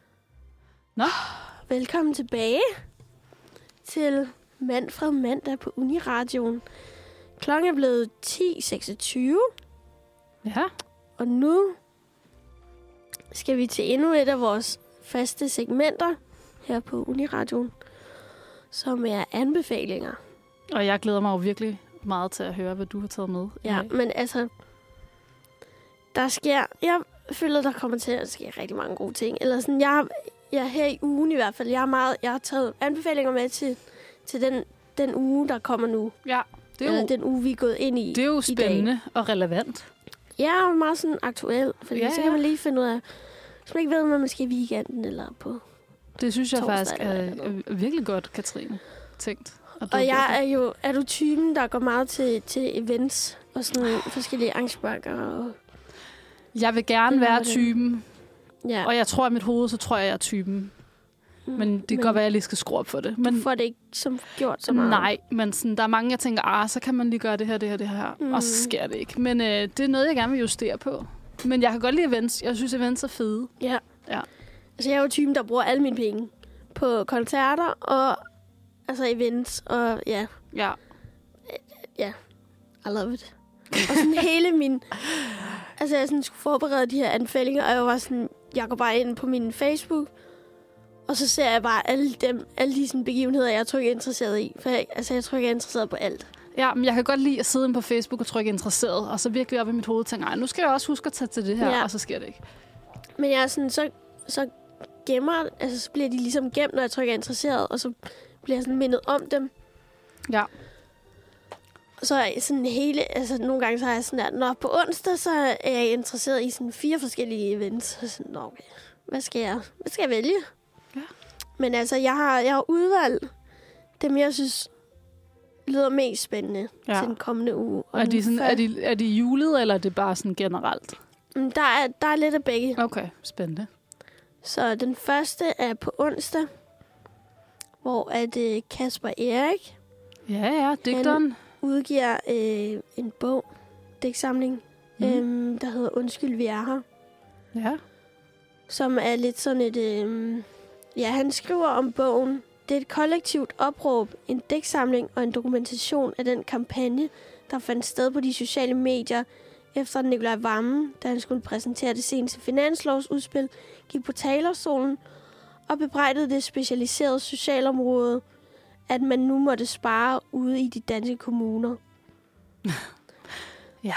Velkommen tilbage til Manfred Mandag på Uniradioen. Klokken er blevet ti seksogtyve, Ja. og nu skal vi til endnu et af vores faste segmenter her på Uniradioen, som er anbefalinger. Og jeg glæder mig jo virkelig meget til at høre, hvad du har taget med. i Ja, dag. men altså, der sker, jeg føler, der kommer til at ske rigtig mange gode ting. Eller sådan, jeg, jeg her i ugen i hvert fald, jeg har, meget, jeg har taget anbefalinger med til, til den, den uge, der kommer nu. Ja, det er, Eller jo, den uge, vi er gået ind i. det er jo i dag. spændende og relevant. Jeg er meget sådan aktuel, fordi Ja, ja, så ja. kan man lige finde ud af, Hvis man ikke ved, hvad man skal i weekenden eller på. Det synes jeg Torsdag faktisk er, eller noget. er virkelig godt, Katrine, tænkt. at Og dukke jeg op. er jo... Er du typen, der går meget til, til events og sådan forskellige arrangementer? Og, Jeg vil gerne Det være var det. typen, ja. og jeg tror i mit hoved, så tror jeg, jeg er typen. Men det kan godt være, at jeg lige skal skrue op for det. Men Du får det ikke som gjort så meget. nej, men sådan, der er mange, jeg tænker, ah, så kan man lige gøre det her, det her, det her. Mm. Og så sker det ikke. Men øh, det er noget, jeg gerne vil justere på. Men jeg kan godt lide events. Jeg synes, events er fede. Ja. Ja. Altså, jeg er jo typen, der bruger alle mine penge på koncerter og altså events og ja, Ja. I love it. Og sådan hele min... Altså, jeg sådan skulle forberede de her anbefalinger, og jeg var sådan... Jeg går bare ind på min Facebook, og så ser jeg bare alle, dem, alle de sådan, begivenheder, jeg tror ikke er interesseret i. For jeg, altså, jeg tror ikke, jeg er interesseret på alt. Ja, men jeg kan godt lide at sidde inde på Facebook og trykke interesseret, og så virkelig op i mit hoved tænker, nu skal jeg også huske at tage til det her, Ja. og så sker det ikke. Men jeg er sådan, så, så gemmer... Altså, så bliver de ligesom gemt, når jeg trykker interesseret, og så bliver jeg sådan mindet om dem. Ja. Så er jeg sådan hele... Altså, nogle gange så er jeg sådan der... Nå, på onsdag, så er jeg interesseret i sådan fire forskellige events. Så sådan, nå, okay. Hvad skal jeg, hvad skal jeg vælge? Ja. Men altså, jeg har, jeg har udvalgt dem, jeg synes lyder mest spændende Ja. til den kommende uge. Og Er den de, sådan, før- er, de, er de julet, eller er det bare sådan generelt? Mm, Der er, der er lidt af begge. Okay, spændende. Så den første er på onsdag, hvor er det Kasper Erik Ja, ja, digteren. udgiver øh, en bog, digtsamling, Mm. mm. øhm, der hedder Undskyld, vi er her. Ja. Som er lidt sådan et... Øh, ja, han skriver om bogen. Det er et kollektivt opråb, en digtsamling og en dokumentation af den kampagne, der fandt sted på de sociale medier, efter at Nikolaj Wammen, da han skulle præsentere det seneste finanslovsudspil, gik på talerstolen og bebrejdede det specialiserede socialområde, at man nu måtte spare ude i de danske kommuner. Ja.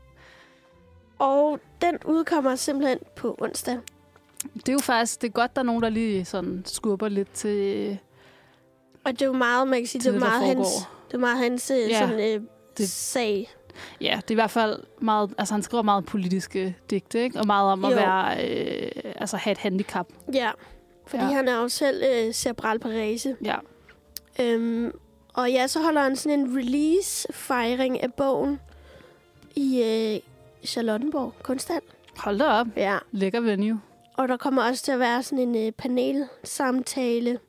Og den udkommer simpelthen på onsdag. Det er jo faktisk, det er godt, der er nogen, der lige sådan skubber lidt til, Og det er jo meget, man kan sige, til det er det, der meget hans, foregår. det er meget hans øh, Ja, sådan, øh, det- sag. Ja, det er i hvert fald meget, altså han skriver meget politiske digte, ikke? Og meget om at Jo. være, øh, altså have et handicap. Ja, fordi Ja. ja. han er jo selv øh, cerebral parese. Ja. Øhm, og ja, så holder han sådan en release-fejring af bogen i øh, Charlottenborg Kunsthal. Hold da op. Ja, Lækker venue. og der kommer også til at være sådan en øh, panelsamtale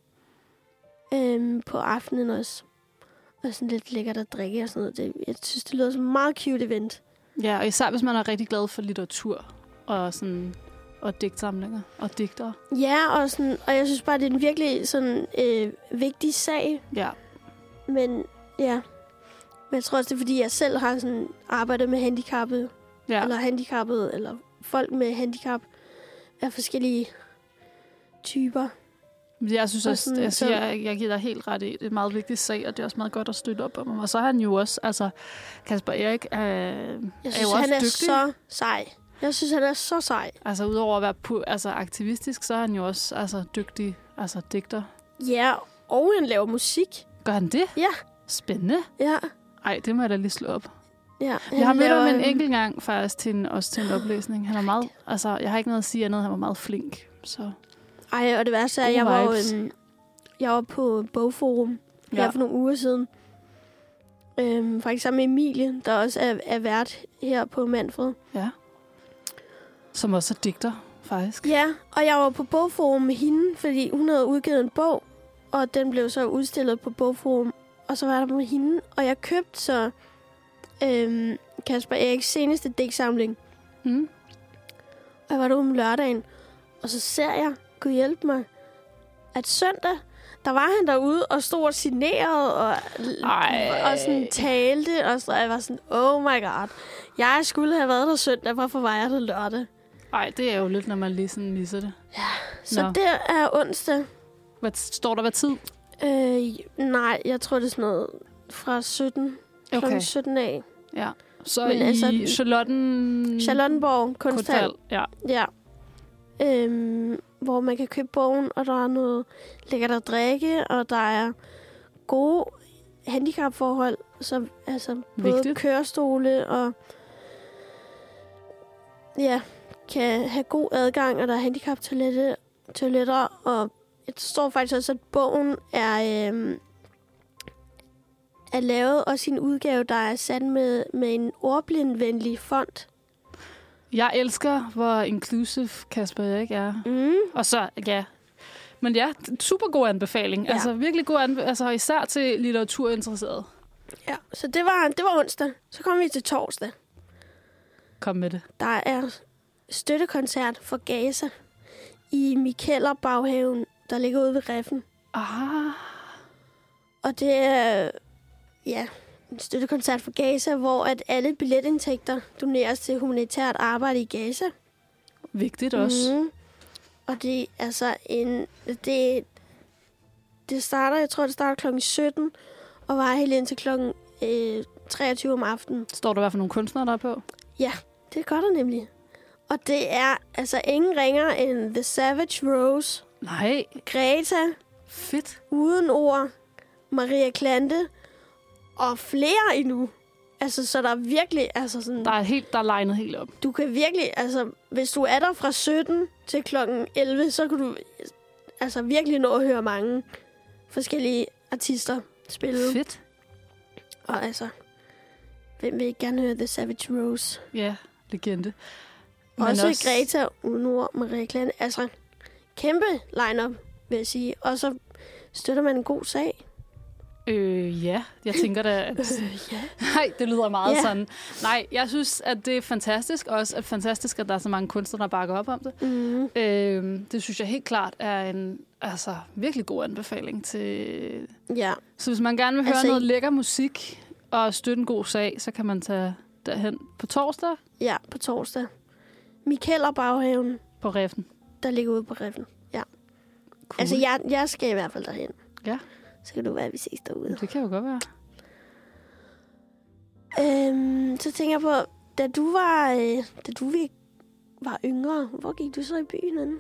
øhm, på aftenen også. Og sådan lidt lækkert at drikke og sådan noget. Det, jeg synes, det lyder som en meget cute event. Ja, og især hvis man er rigtig glad for litteratur og sådan og digtsamlinger og digtere. Ja, og, sådan, og jeg synes bare, det er en virkelig sådan øh, vigtig sag. Ja. Men ja, men jeg tror også, det er, fordi jeg selv har sådan arbejdet med handicappede, Ja. ja. eller handicappede, eller folk med handicap af forskellige typer. Men jeg synes Og også, sådan, jeg, så- siger, jeg, jeg giver dig helt ret i, det er en meget vigtig sag, og det er også meget godt at støtte op om. Og så er han jo også, altså Kasper Erik er, Jeg er synes, jo også han er dygtig. så sej. Jeg synes, han er så sej. Altså udover at være pu- altså, aktivistisk, så er han jo også altså, dygtig altså, digter. Ja, og han laver musik. Gør han det? Ja. Spændende. Ja, Ej, det må jeg da lige slå op. ja. Jeg har mødt ham laver, en øhm, enkelt gang faktisk til en, også til en oplæsning. Han er meget, altså jeg har ikke noget at sige andet, han var meget flink. Så Ej, og det værste er, at Gode jeg var, jo, vibes. øhm, jeg var på Bogforum her Ja. for nogle uger siden. Øhm, faktisk sammen med Emilie, der også er, er vært her på Manfred. ja. Som også er digter, faktisk. Ja, og jeg var på Bogforum med hende, fordi hun havde udgivet en bog, og den blev så udstillet på Bogforum. Og så var der med hende, og jeg købte så øhm, Kasper Eriks seneste digtsamling. Mm. Og jeg var derude om lørdagen, og så ser jeg, Gud hjælpe mig, at søndag, der var han derude og stod og signerede og, Ej. og sådan talte. Og så jeg var sådan, oh my god, jeg skulle have været der søndag, hvorfor var jeg der lørdag? Ej, det er jo lidt, når man lige sådan misser det. Så Nå. det er onsdag. Hvad, står der hvad tid? Øh, nej, jeg tror, det er sådan noget fra sytten. Okay. Klokken sytten af. Ja. Så Men i altså- Charlotten... Charlottenborg Kunsthal. Ja. Ja. Øhm, hvor man kan købe bogen, og der er noget lækkert at drikke, og der er gode handicapforhold, så altså både Vigtigt. kørestole og ja, kan have god adgang, og der er handicap-toiletter, toiletter, og jeg står faktisk også, at bogen er, øh, er lavet, og sin udgave, der er sat med, med en ordblindvenlig font. Jeg elsker, hvor inclusive Kasper Erik er. Mm. Og så, ja. Men ja, super god anbefaling. Ja. Altså virkelig god anbefaling. Altså især til litteraturinteresserede. Ja, så det var, det var onsdag. Så kom vi til torsdag. Kom med det. Der er støttekoncert for Gaza i Mikkeller Baghaven, der ligger ude ved Reffen. Ah. Og det er ja, en støttekoncert for Gaza, hvor at alle billetindtægter doneres til humanitært arbejde i Gaza. Vigtigt også. Mm. Og det er altså en... Det, det starter, jeg tror, det starter klokken sytten, og var helt indtil klokken øh, treogtyve om aftenen. Står der, hvad for nogle kunstnere, der er på? Ja, det gør der nemlig. Og det er altså ingen ringer end The Savage Rose, Nej. Greta, Fedt. Uden Ord, Maria Klante og flere endnu. Altså, så der er virkelig, altså sådan... Der er, helt, der er legnet helt op. Du kan virkelig, altså, hvis du er der fra sytten til klokken elleve, så kan du altså virkelig nå at høre mange forskellige artister spille. Fedt. Og altså, hvem vil ikke gerne høre The Savage Rose? Ja, legende. Men også, også Greta, Uden Ord, Maria Klante. Altså, kæmpe line-up, vil jeg sige. Og så støtter man en god sag. Øh, ja, jeg tænker da, at... Øh, ja. Nej, det lyder meget Ja. sådan. Nej, jeg synes, at det er fantastisk. Også at fantastisk, at der er så mange kunstnere, der bakker op om det. Mm. Øh, det synes jeg helt klart er en altså, virkelig god anbefaling til... Ja. Så hvis man gerne vil høre Altså, noget lækker musik og støtte en god sag, så kan man tage derhen på torsdag Ja, på torsdag. Mikkeller Baghaven, på Reffen. der ligger ude på Reffen. Ja. Cool. Altså, jeg, jeg skal i hvert fald derhen. Ja. Så kan du være, at vi ses derude. Det kan jo godt være. Øhm, så tænker jeg på, da du var, øh, da du var yngre, hvor gik du så i byen henne?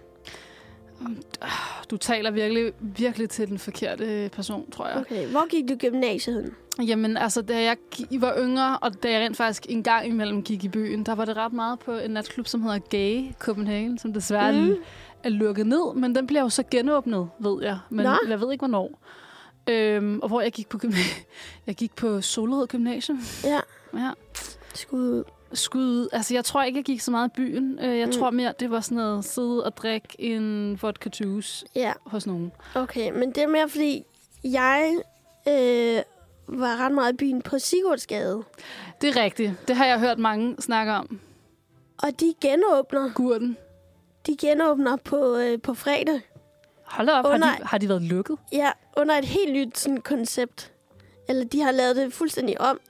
Du taler virkelig, virkelig til den forkerte person, tror jeg. Okay, hvor gik du i gymnasiet henne? Jamen, altså, da jeg gi- var yngre, og da jeg rent faktisk en gang imellem gik i byen, der var det ret meget på en natklub, som hedder Gay Copenhagen, som desværre Mm. mm. er lukket ned, men den bliver jo så genåbnet, ved jeg. Men Nå. jeg ved ikke, hvornår. Øhm, og hvor jeg gik på gymnasium. Jeg gik på Solrød Gymnasium. Ja. Ja. Skud. Skud ud. Altså, jeg tror ikke, jeg gik så meget i byen. Øh, Jeg Mm. mm. tror mere, det var sådan noget sidde og drikke en vodka juice Ja, hos nogen. okay. Men det er mere, fordi jeg øh, var ret meget i byen på Sigurdsgade. Det er rigtigt. Det har jeg hørt mange snakke om. Og de genåbner. Gurten. De genåbner på, øh, på fredag. Hold da op, Under- har de, har de været lukket? Ja, under et helt nyt sådan, koncept. Eller de har lavet det fuldstændig om.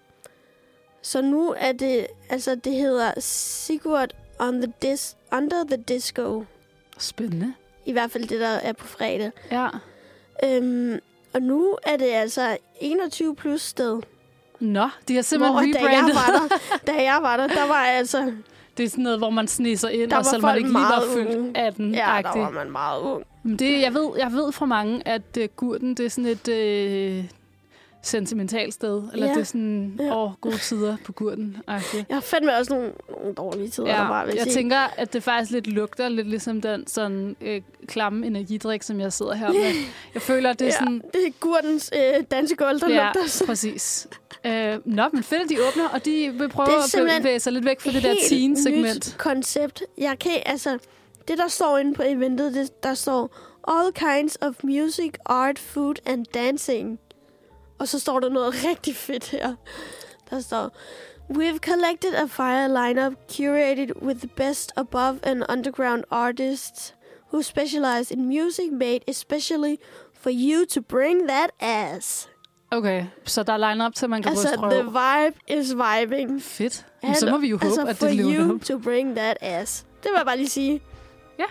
Så nu er det, altså det hedder Sigurd on the dis- Under the Disco. Spændende. I hvert fald det, der er på fredag. Ja. Øhm, og nu er det altså enogtyve plus sted. Nå, de har simpelthen Hvor, da jeg rebrandet. var der, da jeg var der, der var altså... Det er sådan noget, hvor man snisser ind, Der og var selvom man folk ikke lige var meget fyldt unge. atten. Ja, der var man meget ung. Men det, jeg, ved, jeg ved fra mange, at uh, Gurten, det er sådan et øh, sentimentalt sted. Eller Ja. det er sådan, Ja. åh, gode tider på Gurten. Okay. Jeg fandt mig også nogle, nogle dårlige tider, der Ja, var, vil jeg sige. tænker, at det faktisk lidt lugter lidt ligesom den sådan øh, klamme energidrik, som jeg sidder her med. Jeg føler, at det er sådan... Ja, det er Gurdens øh, dansegulv, der Ja, lugter sådan. præcis. Øh, nå, men fedt, at de åbner, og de vil prøve Det er at simpelthen bevæge sig lidt væk fra det der Helt teen-segment. nyt koncept. Jeg kan, altså, det der står inde på eventet, det, der står all kinds of music, art, food and dancing. Og så står der noget rigtig fedt her. Der står, we've collected a fire lineup curated with the best above and underground artists who specialize in music made especially for you to bring that ass. Okay, så der er line-up til, at man kan Altså, ryste the røv. vibe is vibing. Fedt. Men så må vi jo håbe, altså, at for det lever you op. to bring that ass. Det vil jeg bare lige sige. Ja.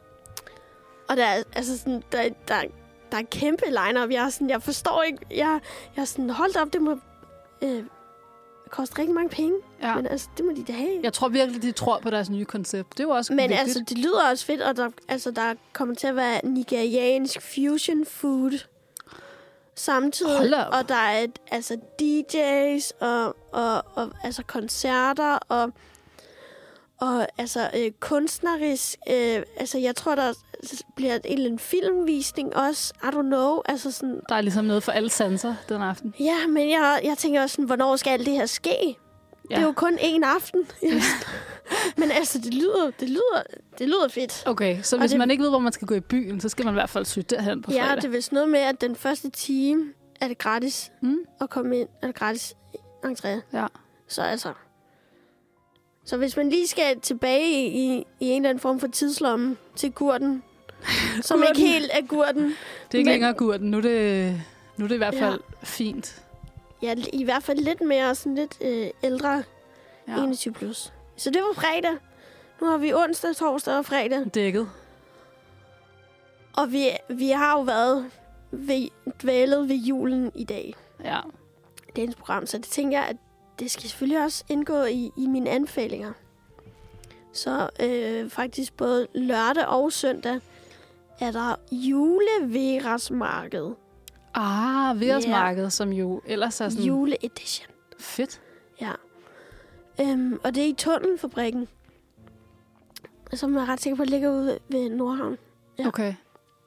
Og der er, altså sådan, der, der, der er kæmpe line-up. Jeg er sådan, jeg forstår ikke, jeg, jeg er sådan, hold da op, det må øh, koste rigtig mange penge. Ja. Men altså, det må de da have. Jeg tror virkelig, de tror på deres nye koncept. Det er jo også Men vigtigt. altså, det lyder også fedt, og der, altså, der kommer til at være nigeriansk fusion food Hold samtidig. da op. Og der er et, altså D J's og, og, og altså koncerter og, og altså øh, kunstnerisk. Øh, altså, jeg tror, der bliver en eller anden filmvisning også. I don't know. Altså sådan... Der er ligesom noget for alle sanser den aften. Ja, men jeg, jeg tænker også sådan, hvornår skal alt det her ske? Ja. Det er jo kun én aften. Men altså, det lyder, det lyder, det lyder fedt. Okay, så Og hvis det- man ikke ved, hvor man skal gå i byen, så skal man i hvert fald søge derhen på fredag. Ja, det er vist noget med, at den første time er det gratis Mm? at komme ind. Er det gratis entré. Ja. Så altså... Så hvis man lige skal tilbage i, i en eller anden form for tidslomme til gurten, som Gurten. ikke helt er gurten. Det er ikke Men- længere gurten. Nu er det, nu er det i hvert Ja. fald fint. Ja, i hvert fald lidt mere sådan lidt øh, ældre, Ja. ja. enogtyve plus. Så det var fredag. Nu har vi onsdag, torsdag og fredag. Dækket. Og vi, vi har jo været ved, dvælet ved julen i dag. Ja. Dagens program. Så det tænker jeg, at det skal selvfølgelig også indgå i, i mine anbefalinger. Så øh, faktisk både lørdag og søndag er der juleverasmarked. Ah, Versmarkedet, som jo ellers er sådan Juleedition. fedt. Ja. Øhm, og det er i Tunnelfabrikken, som jeg er ret sikker på, ligger ude ved Nordhavn. Ja. Okay.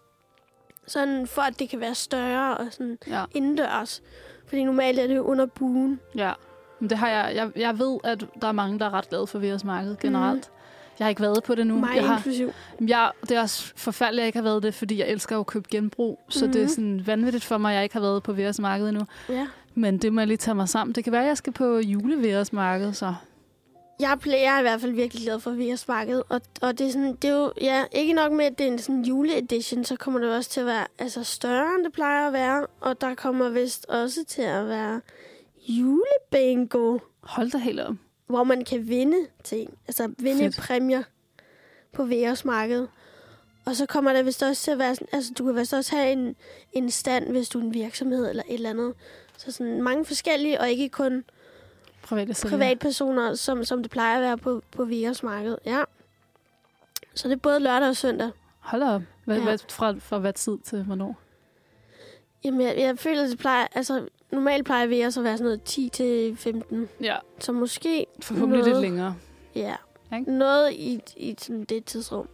Sådan for, at det kan være større og sådan Ja. indendørs. Fordi normalt er det jo under buen. Ja. Men det har jeg, jeg, jeg ved, at der er mange, der er ret glade for Versmarkedet generelt. Jeg har ikke været på det nu. Mig Jeg har, inklusiv. jeg, det er også forfærdeligt, at jeg ikke har været det, fordi jeg elsker jo at købe genbrug. Så Mhm. det er sådan vanvittigt for mig, at jeg ikke har været på Versmarkedet endnu. Ja. Men det må jeg lige tage mig sammen. Det kan være, at jeg skal på juleversmarkedet, så. Jeg, ble, jeg er i hvert fald virkelig glad for Versmarkedet. Og, og det er sådan, det er jo ja, ikke nok med, at det er en sådan juleedition, så kommer det også til at være altså, større, end det plejer at være. Og der kommer vist også til at være julebingo, Hold da helt om. hvor man kan vinde ting. Altså vinde Fedt. præmier på Versmarkedet. Og så kommer der vist også til at være sådan, altså du kan vist også have en, en stand, hvis du er en virksomhed eller et eller andet. Så sådan mange forskellige, og ikke kun Private sælgere. privatpersoner, som, som det plejer at være på, på Versmarkedet. Ja. Så det er både lørdag og søndag. Hold da op. Hvad, Ja. hvad, fra, fra hvad tid til hvornår? Jamen, jeg, jeg føler, at det plejer, altså normalt plejer Veres at være sådan noget ti til femten. Ja, Så måske forhåbentlig noget, lidt længere. Ja, Ikke? noget i, i sådan det tidsrum.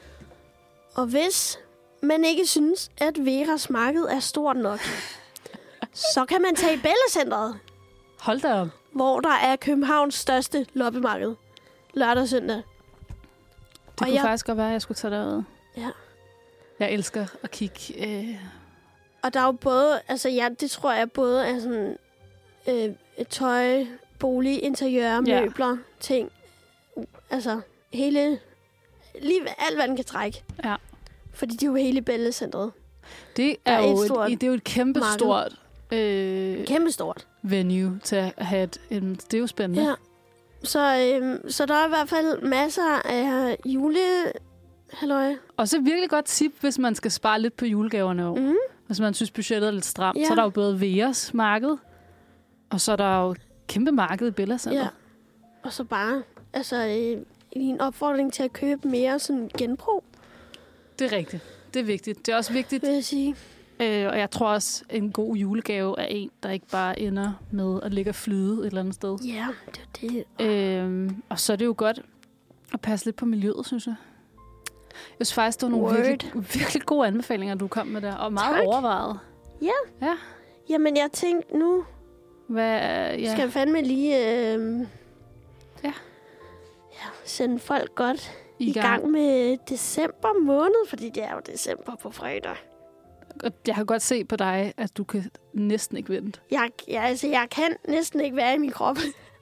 Og hvis man ikke synes, at Veras marked er stort nok, så kan man tage i Bellacenteret, Hold da op. hvor der er Københavns største loppemarked. Lørdag og søndag. Det Og kunne jeg- faktisk godt være, at jeg skulle tage derud. Ja. Jeg elsker at kigge. Øh, Og der er jo både, altså ja, det tror jeg både er sådan øh, tøj, bolig, interiør, Ja. møbler, ting. Altså hele, lige alt hvad den kan trække. Ja. Fordi de er jo hele Bellacenteret. det, Der er er et jo stort et, det er jo et kæmpe marked. stort øh, Kæmpe stort. venue til at have et, en, det er jo spændende. Ja. Så, øh, så der er i hvert fald masser af jule... Halløj. Og så virkelig godt tip, hvis man skal spare lidt på julegaverne. Mm. Mm. Hvis man synes, budgettet er lidt stramt. Ja. Så er der jo både Veres marked, og så er der jo kæmpe marked i Bellacenter. Ja. Og så bare, altså, øh, en opfordring til at købe mere sådan genbrug, Det er rigtigt. Det er vigtigt. Det er også vigtigt, vil jeg sige. øh, og jeg tror også, en god julegave er en, der ikke bare ender med at ligge og flyde et eller andet sted. Ja, det er det. Øh, og så er det jo godt at passe lidt på miljøet, synes jeg. Jeg synes faktisk, det var nogle Word. virkelig, virkelig gode anbefalinger, du kom med der. Og meget Tak. overvejet. Jamen, jeg tænkte, nu Hvad, ja. ja. skal jeg fandme lige øh, Ja. Ja, sende folk godt I i gang. gang med december måned, fordi det er jo december på fredag. Og jeg kan godt se på dig, at du kan næsten ikke vente. Jeg, jeg, altså, jeg kan næsten ikke være i min krop.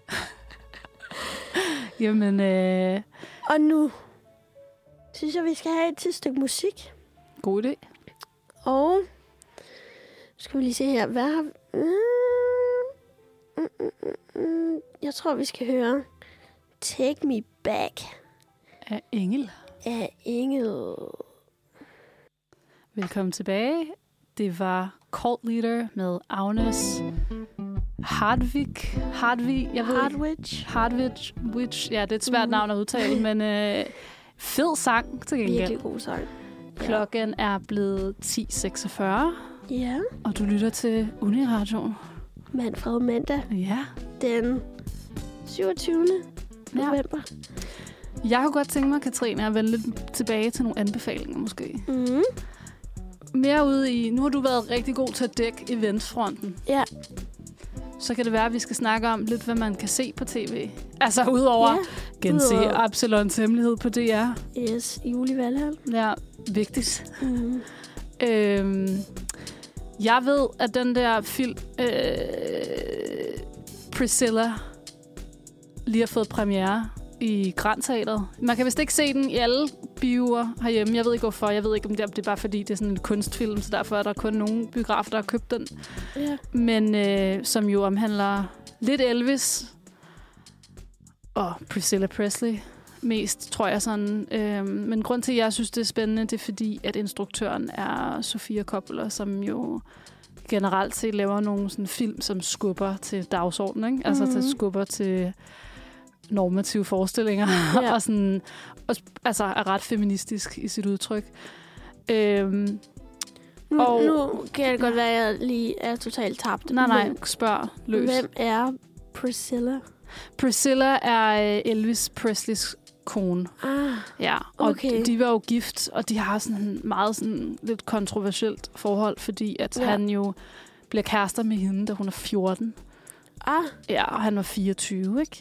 Jamen, øh, Og nu synes jeg, vi skal have et sidste stykke musik. god idé. Og nu skal vi lige se her. Hvad har... Mm, mm, mm, mm, mm. Jeg tror, vi skal høre Take Me Back Af Engel. af Engel. Velkommen tilbage. Det var Cult Leader med Agnes Hardvig. Hardvig, jeg ved ikke. Hardwich. Hardvig, which, ja, det er et svært Mm. navn at udtale, men øh, fed sang til gengæld. Virkelig god sang. Klokken er blevet ti seksogfyrre, Ja. og du lytter til Uniradio. Manfred Mandag Ja. den syvogtyvende Ja. november. Jeg kunne godt tænke mig, Katrine, at vende lidt tilbage til nogle anbefalinger måske. Mm. Mere ude i... Nu har du været rigtig god til at dække eventsfronten. Ja. Så kan det være, at vi skal snakke om lidt, hvad man kan se på tv. Altså udover Ja, gense udover- Absalons Hemmelighed på D R. Yes, Jul i Valhall. Ja, vigtigt. Mm. Øhm, jeg ved, at den der film øh, Priscilla lige har fået premiere i Grand Teatret. Man kan vist ikke se den i alle bioer herhjemme. Jeg ved ikke hvorfor. Jeg ved ikke, om det er, det er bare fordi, det er sådan en kunstfilm, så derfor er der kun nogle biografer, der har købt den. Ja. Men øh, som jo omhandler lidt Elvis og Priscilla Presley mest, tror jeg sådan. Øh, men grund til, at jeg synes, det er spændende, det er fordi, at instruktøren er Sofia Coppola, som jo generelt set laver nogle sådan film, som skubber til dagsordenen, ikke? Altså, Mhm. til skubber til normative forestillinger, Ja. og sådan, og, altså er ret feministisk i sit udtryk. Øhm, Nu, Og- nu kan det godt være, at jeg lige er totalt tabt. nej, nej, Men spørg løs. hvem er Priscilla? Priscilla er øh, Elvis Presleys kone. Ah, Ja, og Okay. de var jo gift, og de har sådan en meget sådan lidt kontroversielt forhold, fordi at Ja. han jo bliver kærester med hende, da hun er fjorten. ah. Ja, og han var fireogtyve, ikke?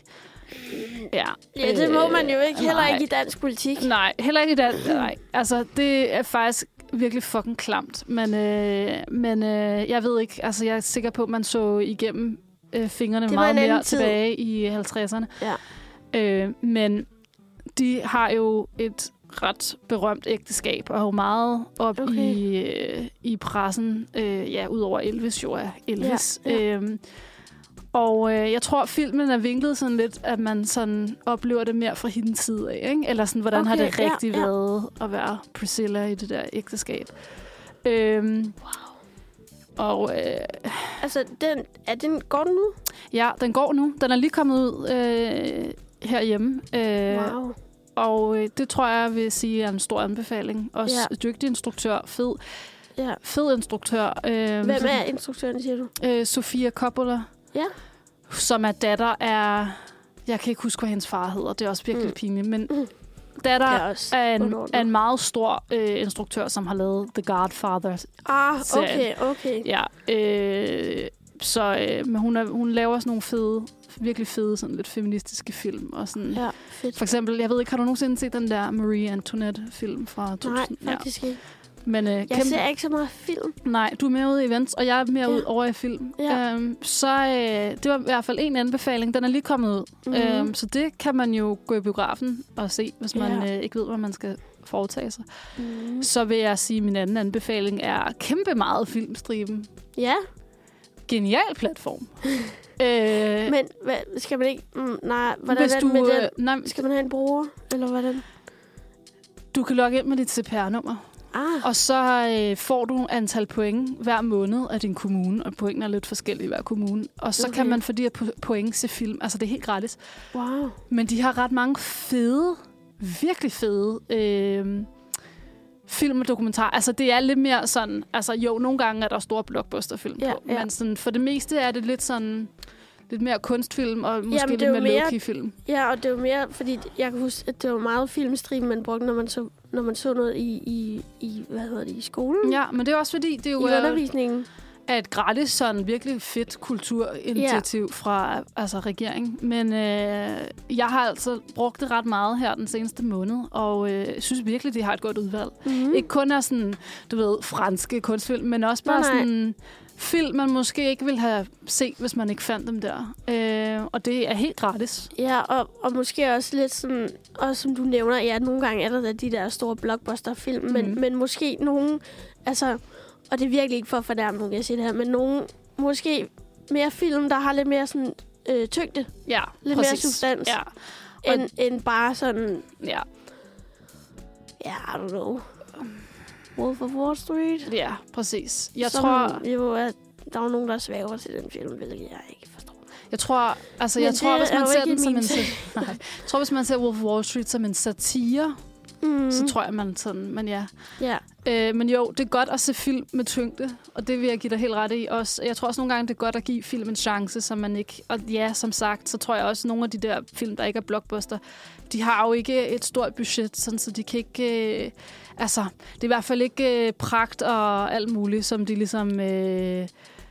Ja, Ja, det må man jo ikke. Heller nej. ikke i dansk politik. Nej, heller ikke i den. Nej. Altså, det er faktisk virkelig fucking klamt. Men, øh, men øh, jeg ved ikke, altså jeg er sikker på, at man så igennem øh, fingrene Det var meget en anden mere tid. tilbage i halvtredserne. Ja. Øh, men de har jo et ret berømt ægteskab, og er jo meget op Okay. i, øh, i pressen, øh, ja, udover Elvis jo er Elvis. Ja, ja. Øhm, og øh, jeg tror, filmen er vinklet sådan lidt, at man sådan oplever det mere fra hendes side af, ikke? Eller sådan, hvordan Okay, har det ja, rigtig ja. været at være Priscilla i det der ægteskab. Øhm, Wow. og øh, Altså, den, er den, går den nu? ja, den går nu. Den er lige kommet ud øh, herhjemme. Øh, Wow. Og øh, det tror jeg vil sige er en stor anbefaling. Også Ja. dygtig instruktør, fed, Ja. fed instruktør. Øh, Hvem er instruktøren, siger du? Øh, Sofia Coppola, Ja. som er datter af... Jeg kan ikke huske, hvad hendes far hedder. Det er også virkelig Mm. mm. pinligt. Men Mm. datter Det er også af en, underordnet. af en meget stor øh, instruktør, som har lavet The Godfather. Ah, serien. okay, okay. Ja, øh, så øh, men hun, er, hun laver sådan nogle fede, virkelig fede, sådan lidt feministiske film. Og sådan. Ja, fedt. For eksempel, jeg ved ikke, har du nogensinde set den der Marie Antoinette-film fra to tusind? Nej, faktisk ikke. Men, øh, Jeg kæmpe, ser ikke så meget film. nej, du er mere ude i events, og jeg er mere Ja. ude over i film. Ja. Øhm, så øh, det var i hvert fald en anbefaling. Den er lige kommet ud. Mhm. Øhm, så det kan man jo gå i biografen og se, hvis man Ja. øh, ikke ved, hvad man skal foretage sig. Mm. Så vil jeg sige, at min anden anbefaling er kæmpe meget Filmstriben. Ja, Genial platform. øh, men hvad, skal man ikke... Mm, nej, hvordan hvis er du, det med øh, den? nej, Skal man have en bruger, eller hvordan? du kan logge ind med dit C P R-nummer. Ah, Og så øh, får du antal point hver måned af din kommune, og pointene er lidt forskellige i hver kommune. Og så Okay. okay. kan man for de her po- point se film. Altså, det er helt gratis. wow. Men de har ret mange fede, virkelig fede øh, film og dokumentar. Altså, det er lidt mere sådan... Altså, jo, nogle gange er der store blockbusterfilm Ja, på. ja. Men sådan, for det meste er det lidt sådan... Lidt mere kunstfilm, og måske Jamen, det lidt er jo mere, mere- low-key-film. Ja, og det var mere, fordi jeg kan huske, at det var meget filmstream, man brugte, når man så, når man så noget i, i, i, hvad hedder det, i skolen? Ja, men det er også fordi, det er I jo er, undervisningen. er et gratis, sådan virkelig fedt kulturinitiativ ja. fra altså, regeringen. Men øh, jeg har altså brugt det ret meget her den seneste måned, og øh, synes virkelig, det har et godt udvalg. Mm. Ikke kun er sådan, du ved, franske kunstfilm, men også bare Nej, nej. sådan film, man måske ikke ville have set, hvis man ikke fandt dem der. Øh, og det er helt gratis. Ja, og, og måske også lidt sådan, også som du nævner, ja, nogle gange er der da de der store blockbuster-film, mm. men, Mhm. men måske nogen, altså, og det er virkelig ikke for at fornærme nogen, jeg siger det her, men nogen, måske mere film, der har lidt mere sådan øh, tyngde, Ja, lidt præcis. mere substans, Ja, Og- end, end bare sådan, ja, ja, I don't know, Wolf of Wall Street. ja, præcis. Jeg som tror, jo, at der var nogen, der svæver til den film, hvilket jeg ikke forstår. jeg tror, altså, Men jeg det tror, hvis er man jo ser ikke den som min en, ting. sa- nej, jeg tror, hvis man ser Wolf of Wall Street som en satire, Mm. så tror jeg, man sådan, men ja. Ja. Øh, men jo, det er godt at se film med tyngde, og det vil jeg give dig helt ret i også. Jeg tror også nogle gange, det er godt at give film en chance, som man ikke... Og ja, som sagt, så tror jeg også, at nogle af de der film, der ikke er blockbuster, de har jo ikke et stort budget, sådan, så de kan ikke... Øh, altså, det er i hvert fald ikke øh, pragt og alt muligt, som de ligesom... Øh,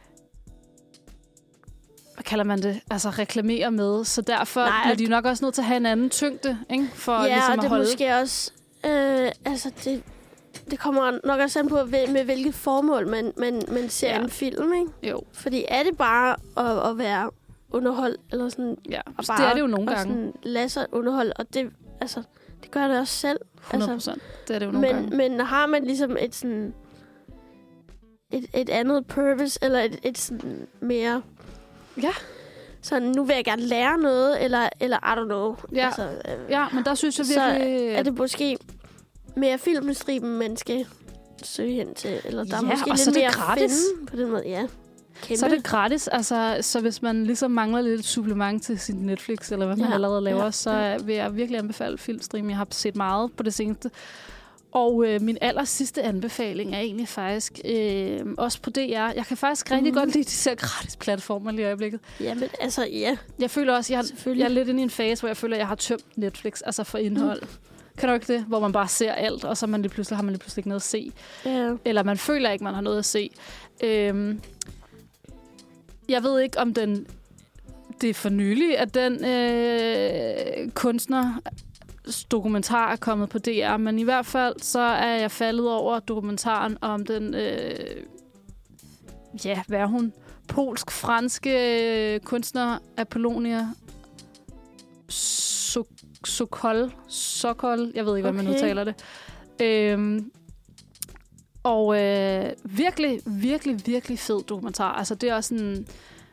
hvad kalder man det? Altså reklamerer med. Så derfor Nej, bliver de nok også nødt til at have en anden tyngde, ikke? For Ja, ligesom og at det holde... måske også... Øh, altså, det, det kommer nok også an på, med, med hvilket formål man, man, man ser Ja. en film, ikke? Jo, Fordi er det bare at, at være underholdt, eller sådan... ja. Og Så det er det jo nogle og gange. sådan lade sig underholde, og det, altså, det gør det også selv. hundrede procent. Det er det jo nogle gange. Men, men har man ligesom et sådan... Et, et andet purpose, eller et, et sådan mere... Ja. Sådan, nu vil jeg gerne lære noget, eller, eller I don't know. Ja. Altså, øh, Ja, men der synes jeg så virkelig... er det måske mere filmstriben, man skal søge hen til. Eller der er Ja, måske og lidt så er det mere gratis. at finde på den måde. Ja. Kæmpe. Så er det gratis, altså, så hvis man ligesom mangler lidt et supplement til sin Netflix, eller hvad man Ja, allerede laver, ja, så vil jeg virkelig anbefale Filmstream. Jeg har set meget på det seneste. Og øh, min aller sidste anbefaling er egentlig faktisk øh, også på D R. Jeg kan faktisk rigtig Mhm. godt lide de her gratis platformer lige i øjeblikket. Jamen, altså, ja. Jeg føler også, jeg, har, Selvfølgelig. jeg er lidt inde i en fase, hvor jeg føler, at jeg har tømt Netflix, altså for indhold. Mm. Kan du ikke det? Hvor man bare ser alt, og så man lige pludselig, har man lige pludselig ikke noget at se. Ja. Eller man føler ikke, man har noget at se. Øhm, jeg ved ikke, om den... Det er for nylig, at den øh, kunstner dokumentar er kommet på D R, men i hvert fald så er jeg faldet over dokumentaren om den... Øh, ja, hvad er hun? Polsk-franske øh, kunstner Apollonia So- Sokol. Sokol. Jeg ved ikke, okay. hvad man udtaler det. Øhm, og øh, virkelig, virkelig, virkelig fed dokumentar. Altså, det er også sådan...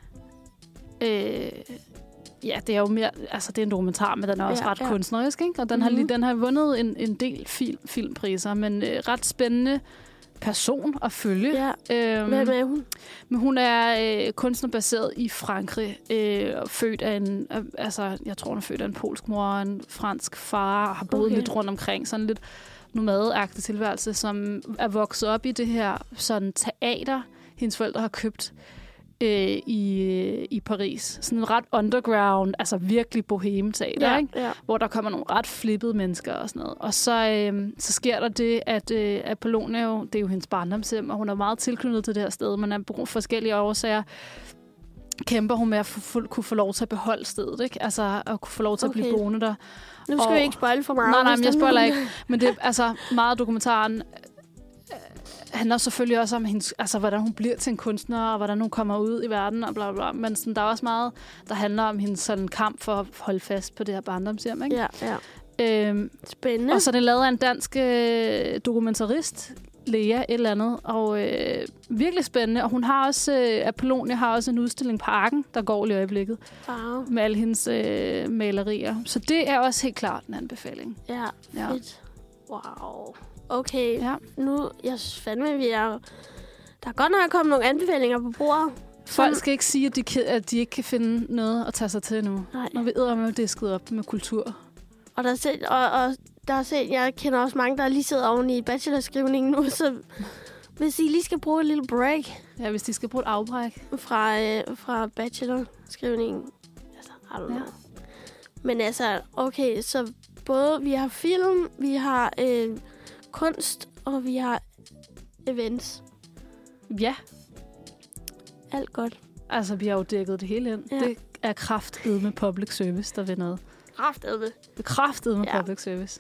Øh, ja, det er jo mere... Altså, det er en dokumentar, men den er også Ja, ret ja. kunstnerisk, ikke? Og den, Mhm. har, lige, den har vundet en, en del film, filmpriser, men øh, ret spændende person at følge. Ja. Øhm, Hvem er hun? men hun er øh, kunstner baseret i Frankrig, øh, og født af en, øh, altså, jeg tror, hun er født af en polsk mor og en fransk far, og har boet Okay. lidt rundt omkring, sådan lidt nomadeagtig tilværelse, som er vokset op i det her sådan teater, hendes forældre har købt øh, i, i Paris. Sådan en ret underground, altså virkelig boheme-teater, Ja, ikke? ja. Hvor der kommer nogle ret flippede mennesker og sådan noget. Og så, øh, så sker der det, at øh, Apollonia jo, det er jo hendes barndomshjem, og hun er meget tilknyttet til det her sted, men af forskellige årsager kæmper hun med at få, få, kunne få lov til at beholde stedet, ikke? Altså at kunne få lov til okay. at blive Okay. boende der. Nu skal Og- vi ikke spoil for meget. Nej, nej, hvis men jeg den- spoiler ikke. Men det er altså meget af dokumentaren øh, handler selvfølgelig også om, hendes, altså, hvordan hun bliver til en kunstner, og hvordan hun kommer ud i verden, og bla, bla, bla. Men sådan, der er også meget, der handler om hendes sådan, kamp for at holde fast på det her barndomshjem, ikke? Ja, ja. Øhm, Spændende. og så er det lavet af en dansk øh, dokumentarist, Lea et eller andet, og øh, virkelig spændende. Og hun har også, øh, Apollonia har også en udstilling på Arken, der går i øjeblikket, Wow. med alle hendes øh, malerier. Så det er også helt klart en anbefaling. Ja, Ja. fedt. Wow. Okay, Ja. nu, jeg synes fandme, vi er... Der er godt nok kommet nogle anbefalinger på bordet. Folk skal ikke sige, at de, kan, at de ikke kan finde noget at tage sig til nu. Nej. Når vi æder med disket op med kultur. Og der er set, og, og der er set, jeg kender også mange, der lige sidder oven i bachelorskrivningen nu, så hvis I lige skal bruge et lille break Ja, hvis de skal bruge et afbræk. fra, øh, fra bachelorskrivningen, altså, I don't know. Ja. Men altså, okay, så både vi har film, vi har øh, kunst, og vi har events. Ja, Alt godt. altså vi har jo dækket det hele ind. Ja. Det er kraftedme public service, der vil noget. Kraftedme. Det er kraftedme Ja. public service.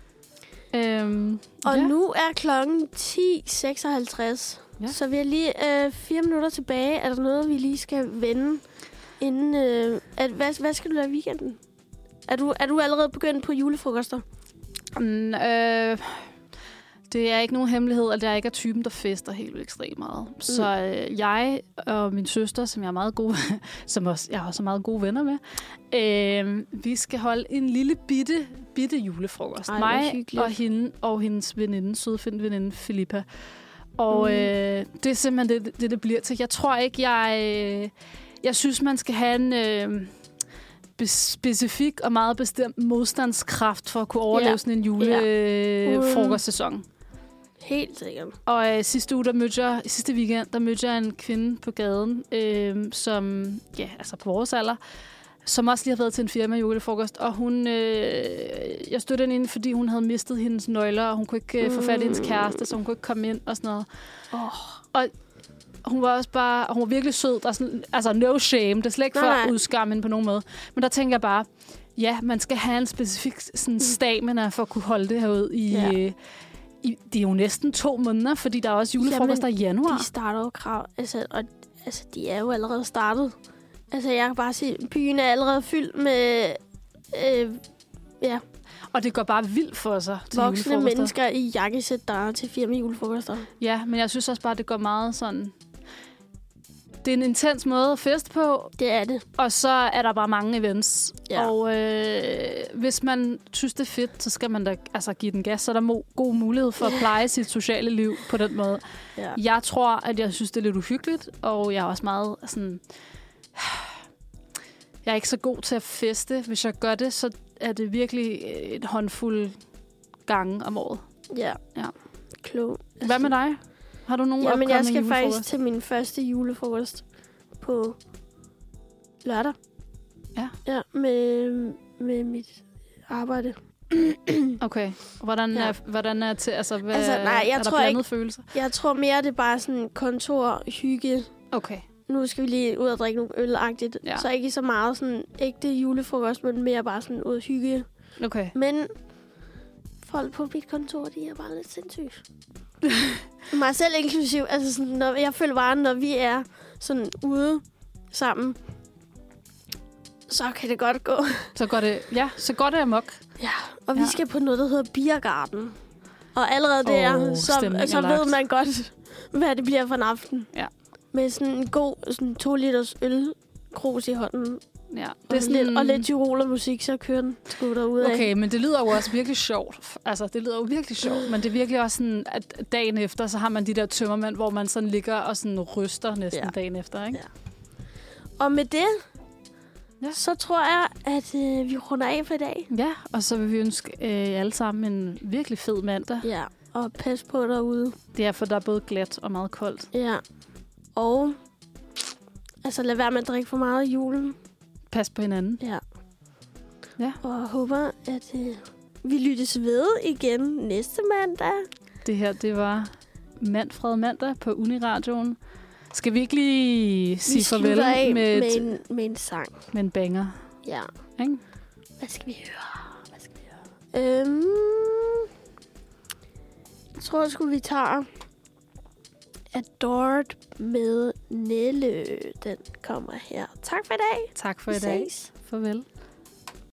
Øhm, Og ja. nu er klokken ti seksoghalvtreds. Ja. Ja. Så vi har lige øh, fire minutter tilbage. Er der noget, vi lige skal vende inden... Øh, at, hvad, hvad skal du lave i weekenden? Er du, er du allerede begyndt på julefrokoster? Mm, øh, det er ikke nogen hemmelighed, at jeg ikke er typen, der fester helt vildt ekstremt meget. Mm. Så øh, jeg og min søster, som jeg er meget gode, som også, jeg har også meget gode venner med, øh, vi skal holde en lille bitte, bitte julefrokost. Ej, hvor Mig hyggeligt. og hende og hendes veninde, sødfinde veninde Filippa. Og Mm. øh, det er simpelthen det, det, det bliver til. Jeg tror ikke, jeg... Øh, jeg synes, man skal have en... Øh, spe- specifik og meget bestemt modstandskraft for at kunne overleve Ja. sådan en Ja. julefrokostsæson. Helt sikkert. Og øh, sidste uge, der mødte jeg, sidste weekend, der mødte jeg en kvinde på gaden, øh, som, ja, altså på vores alder, som også lige har været til en firma julefrokost, og hun, øh, jeg stødte hende ind, fordi hun havde mistet hendes nøgler, og hun kunne ikke øh, få fat i hendes kæreste, så hun kunne ikke komme ind og sådan noget. Oh. Og hun var også bare, hun var virkelig sød, der er sådan, altså no shame, det er slet ikke for Nej, at nej. udskamme hende på nogen måde. Men der tænker jeg bare, ja, man skal have en specifik sådan, stamina for at kunne holde det her ud i... Ja. Øh, I, det er jo næsten to måneder, fordi der er også julefrokoster i januar. De starter jo krav, altså, og altså, de er jo allerede startet. Altså, jeg kan bare sige, byen er allerede fyldt med øh, ja, Og det går bare vildt for sig til voksne julefrokoster. mennesker i jakkesæt, der er til firma julefrokoster. Ja, men jeg synes også bare, det går meget sådan... Det er en intens måde at feste på, Det er det. og så er der bare mange events. Ja. Og øh, hvis man synes, det er fedt, så skal man da altså, give den gas, så er der mo- god mulighed for at pleje sit sociale liv på den måde. Ja. Jeg tror, at jeg synes, det er lidt uhyggeligt, og jeg er også meget sådan... Jeg er ikke så god til at feste. Hvis jeg gør det, så er det virkelig et håndfuld gange om året. Ja. Ja. Klog. Hvad med dig? Har du nogen Ja, men jeg upcoming skal julefrokost? faktisk til min første julefrokost på lørdag. Ja. Ja, med, med mit arbejde. Okay. Hvordan er, Ja. hvordan er til, altså, hvad, Altså, nej, jeg er der tror blandede ikke- følelser? Jeg tror mere, det er bare sådan kontorhygge. Okay. Nu skal vi lige ud og drikke nogle øl-agtigt. Ja. Så ikke så meget sådan ægte julefrokost, men mere bare sådan ud og hygge. Okay. Men folk på mit kontor, de er bare lidt sindssyge. Mig selv inklusiv. Altså sådan, når jeg føler bare, når vi er sådan ude sammen, så kan det godt gå. Så går det, ja, så går det amok. Ja, og vi Ja. skal på noget, der hedder Biergarten. Og allerede der, Åh, så, stemningen så er ved lagt. man godt, hvad det bliver for en aften. Ja. Med sådan en god sådan to liters ølkrus i hånden. Ja. Det Det er og, sådan, lidt, og lidt tyrolermusik, så kører den sgu derude af. Okay, men det lyder jo også virkelig sjovt. Altså, det lyder jo virkelig sjovt, men det er virkelig også sådan, at dagen efter, så har man de der tømmermænd, hvor man sådan ligger og sådan ryster næsten Ja. dagen efter, ikke? Ja. Og med det, Ja. ja. så tror jeg, at øh, vi runder af for i dag. Ja, og så vil vi ønske øh, alle sammen en virkelig fed mandag. Ja, og pas på derude. Det er, for der er både glat og meget koldt. Ja, og altså lad være med at drikke for meget i julen. Pas på hinanden. Ja. Ja. Og håber, at øh, vi lyttes ved igen næste mandag. Det her, det var Manfred Mandag på Uniradioen. Skal vi ikke lige sige vi farvel af med, med, et, en, med en sang. med en banger? Ja. Ikke? Hvad skal vi høre? Hvad skal vi høre? Øhm, jeg tror sgu, vi tager Adored med Nelle. Den kommer her. Tak for i dag. Tak for Vi i dag. ses. Farvel.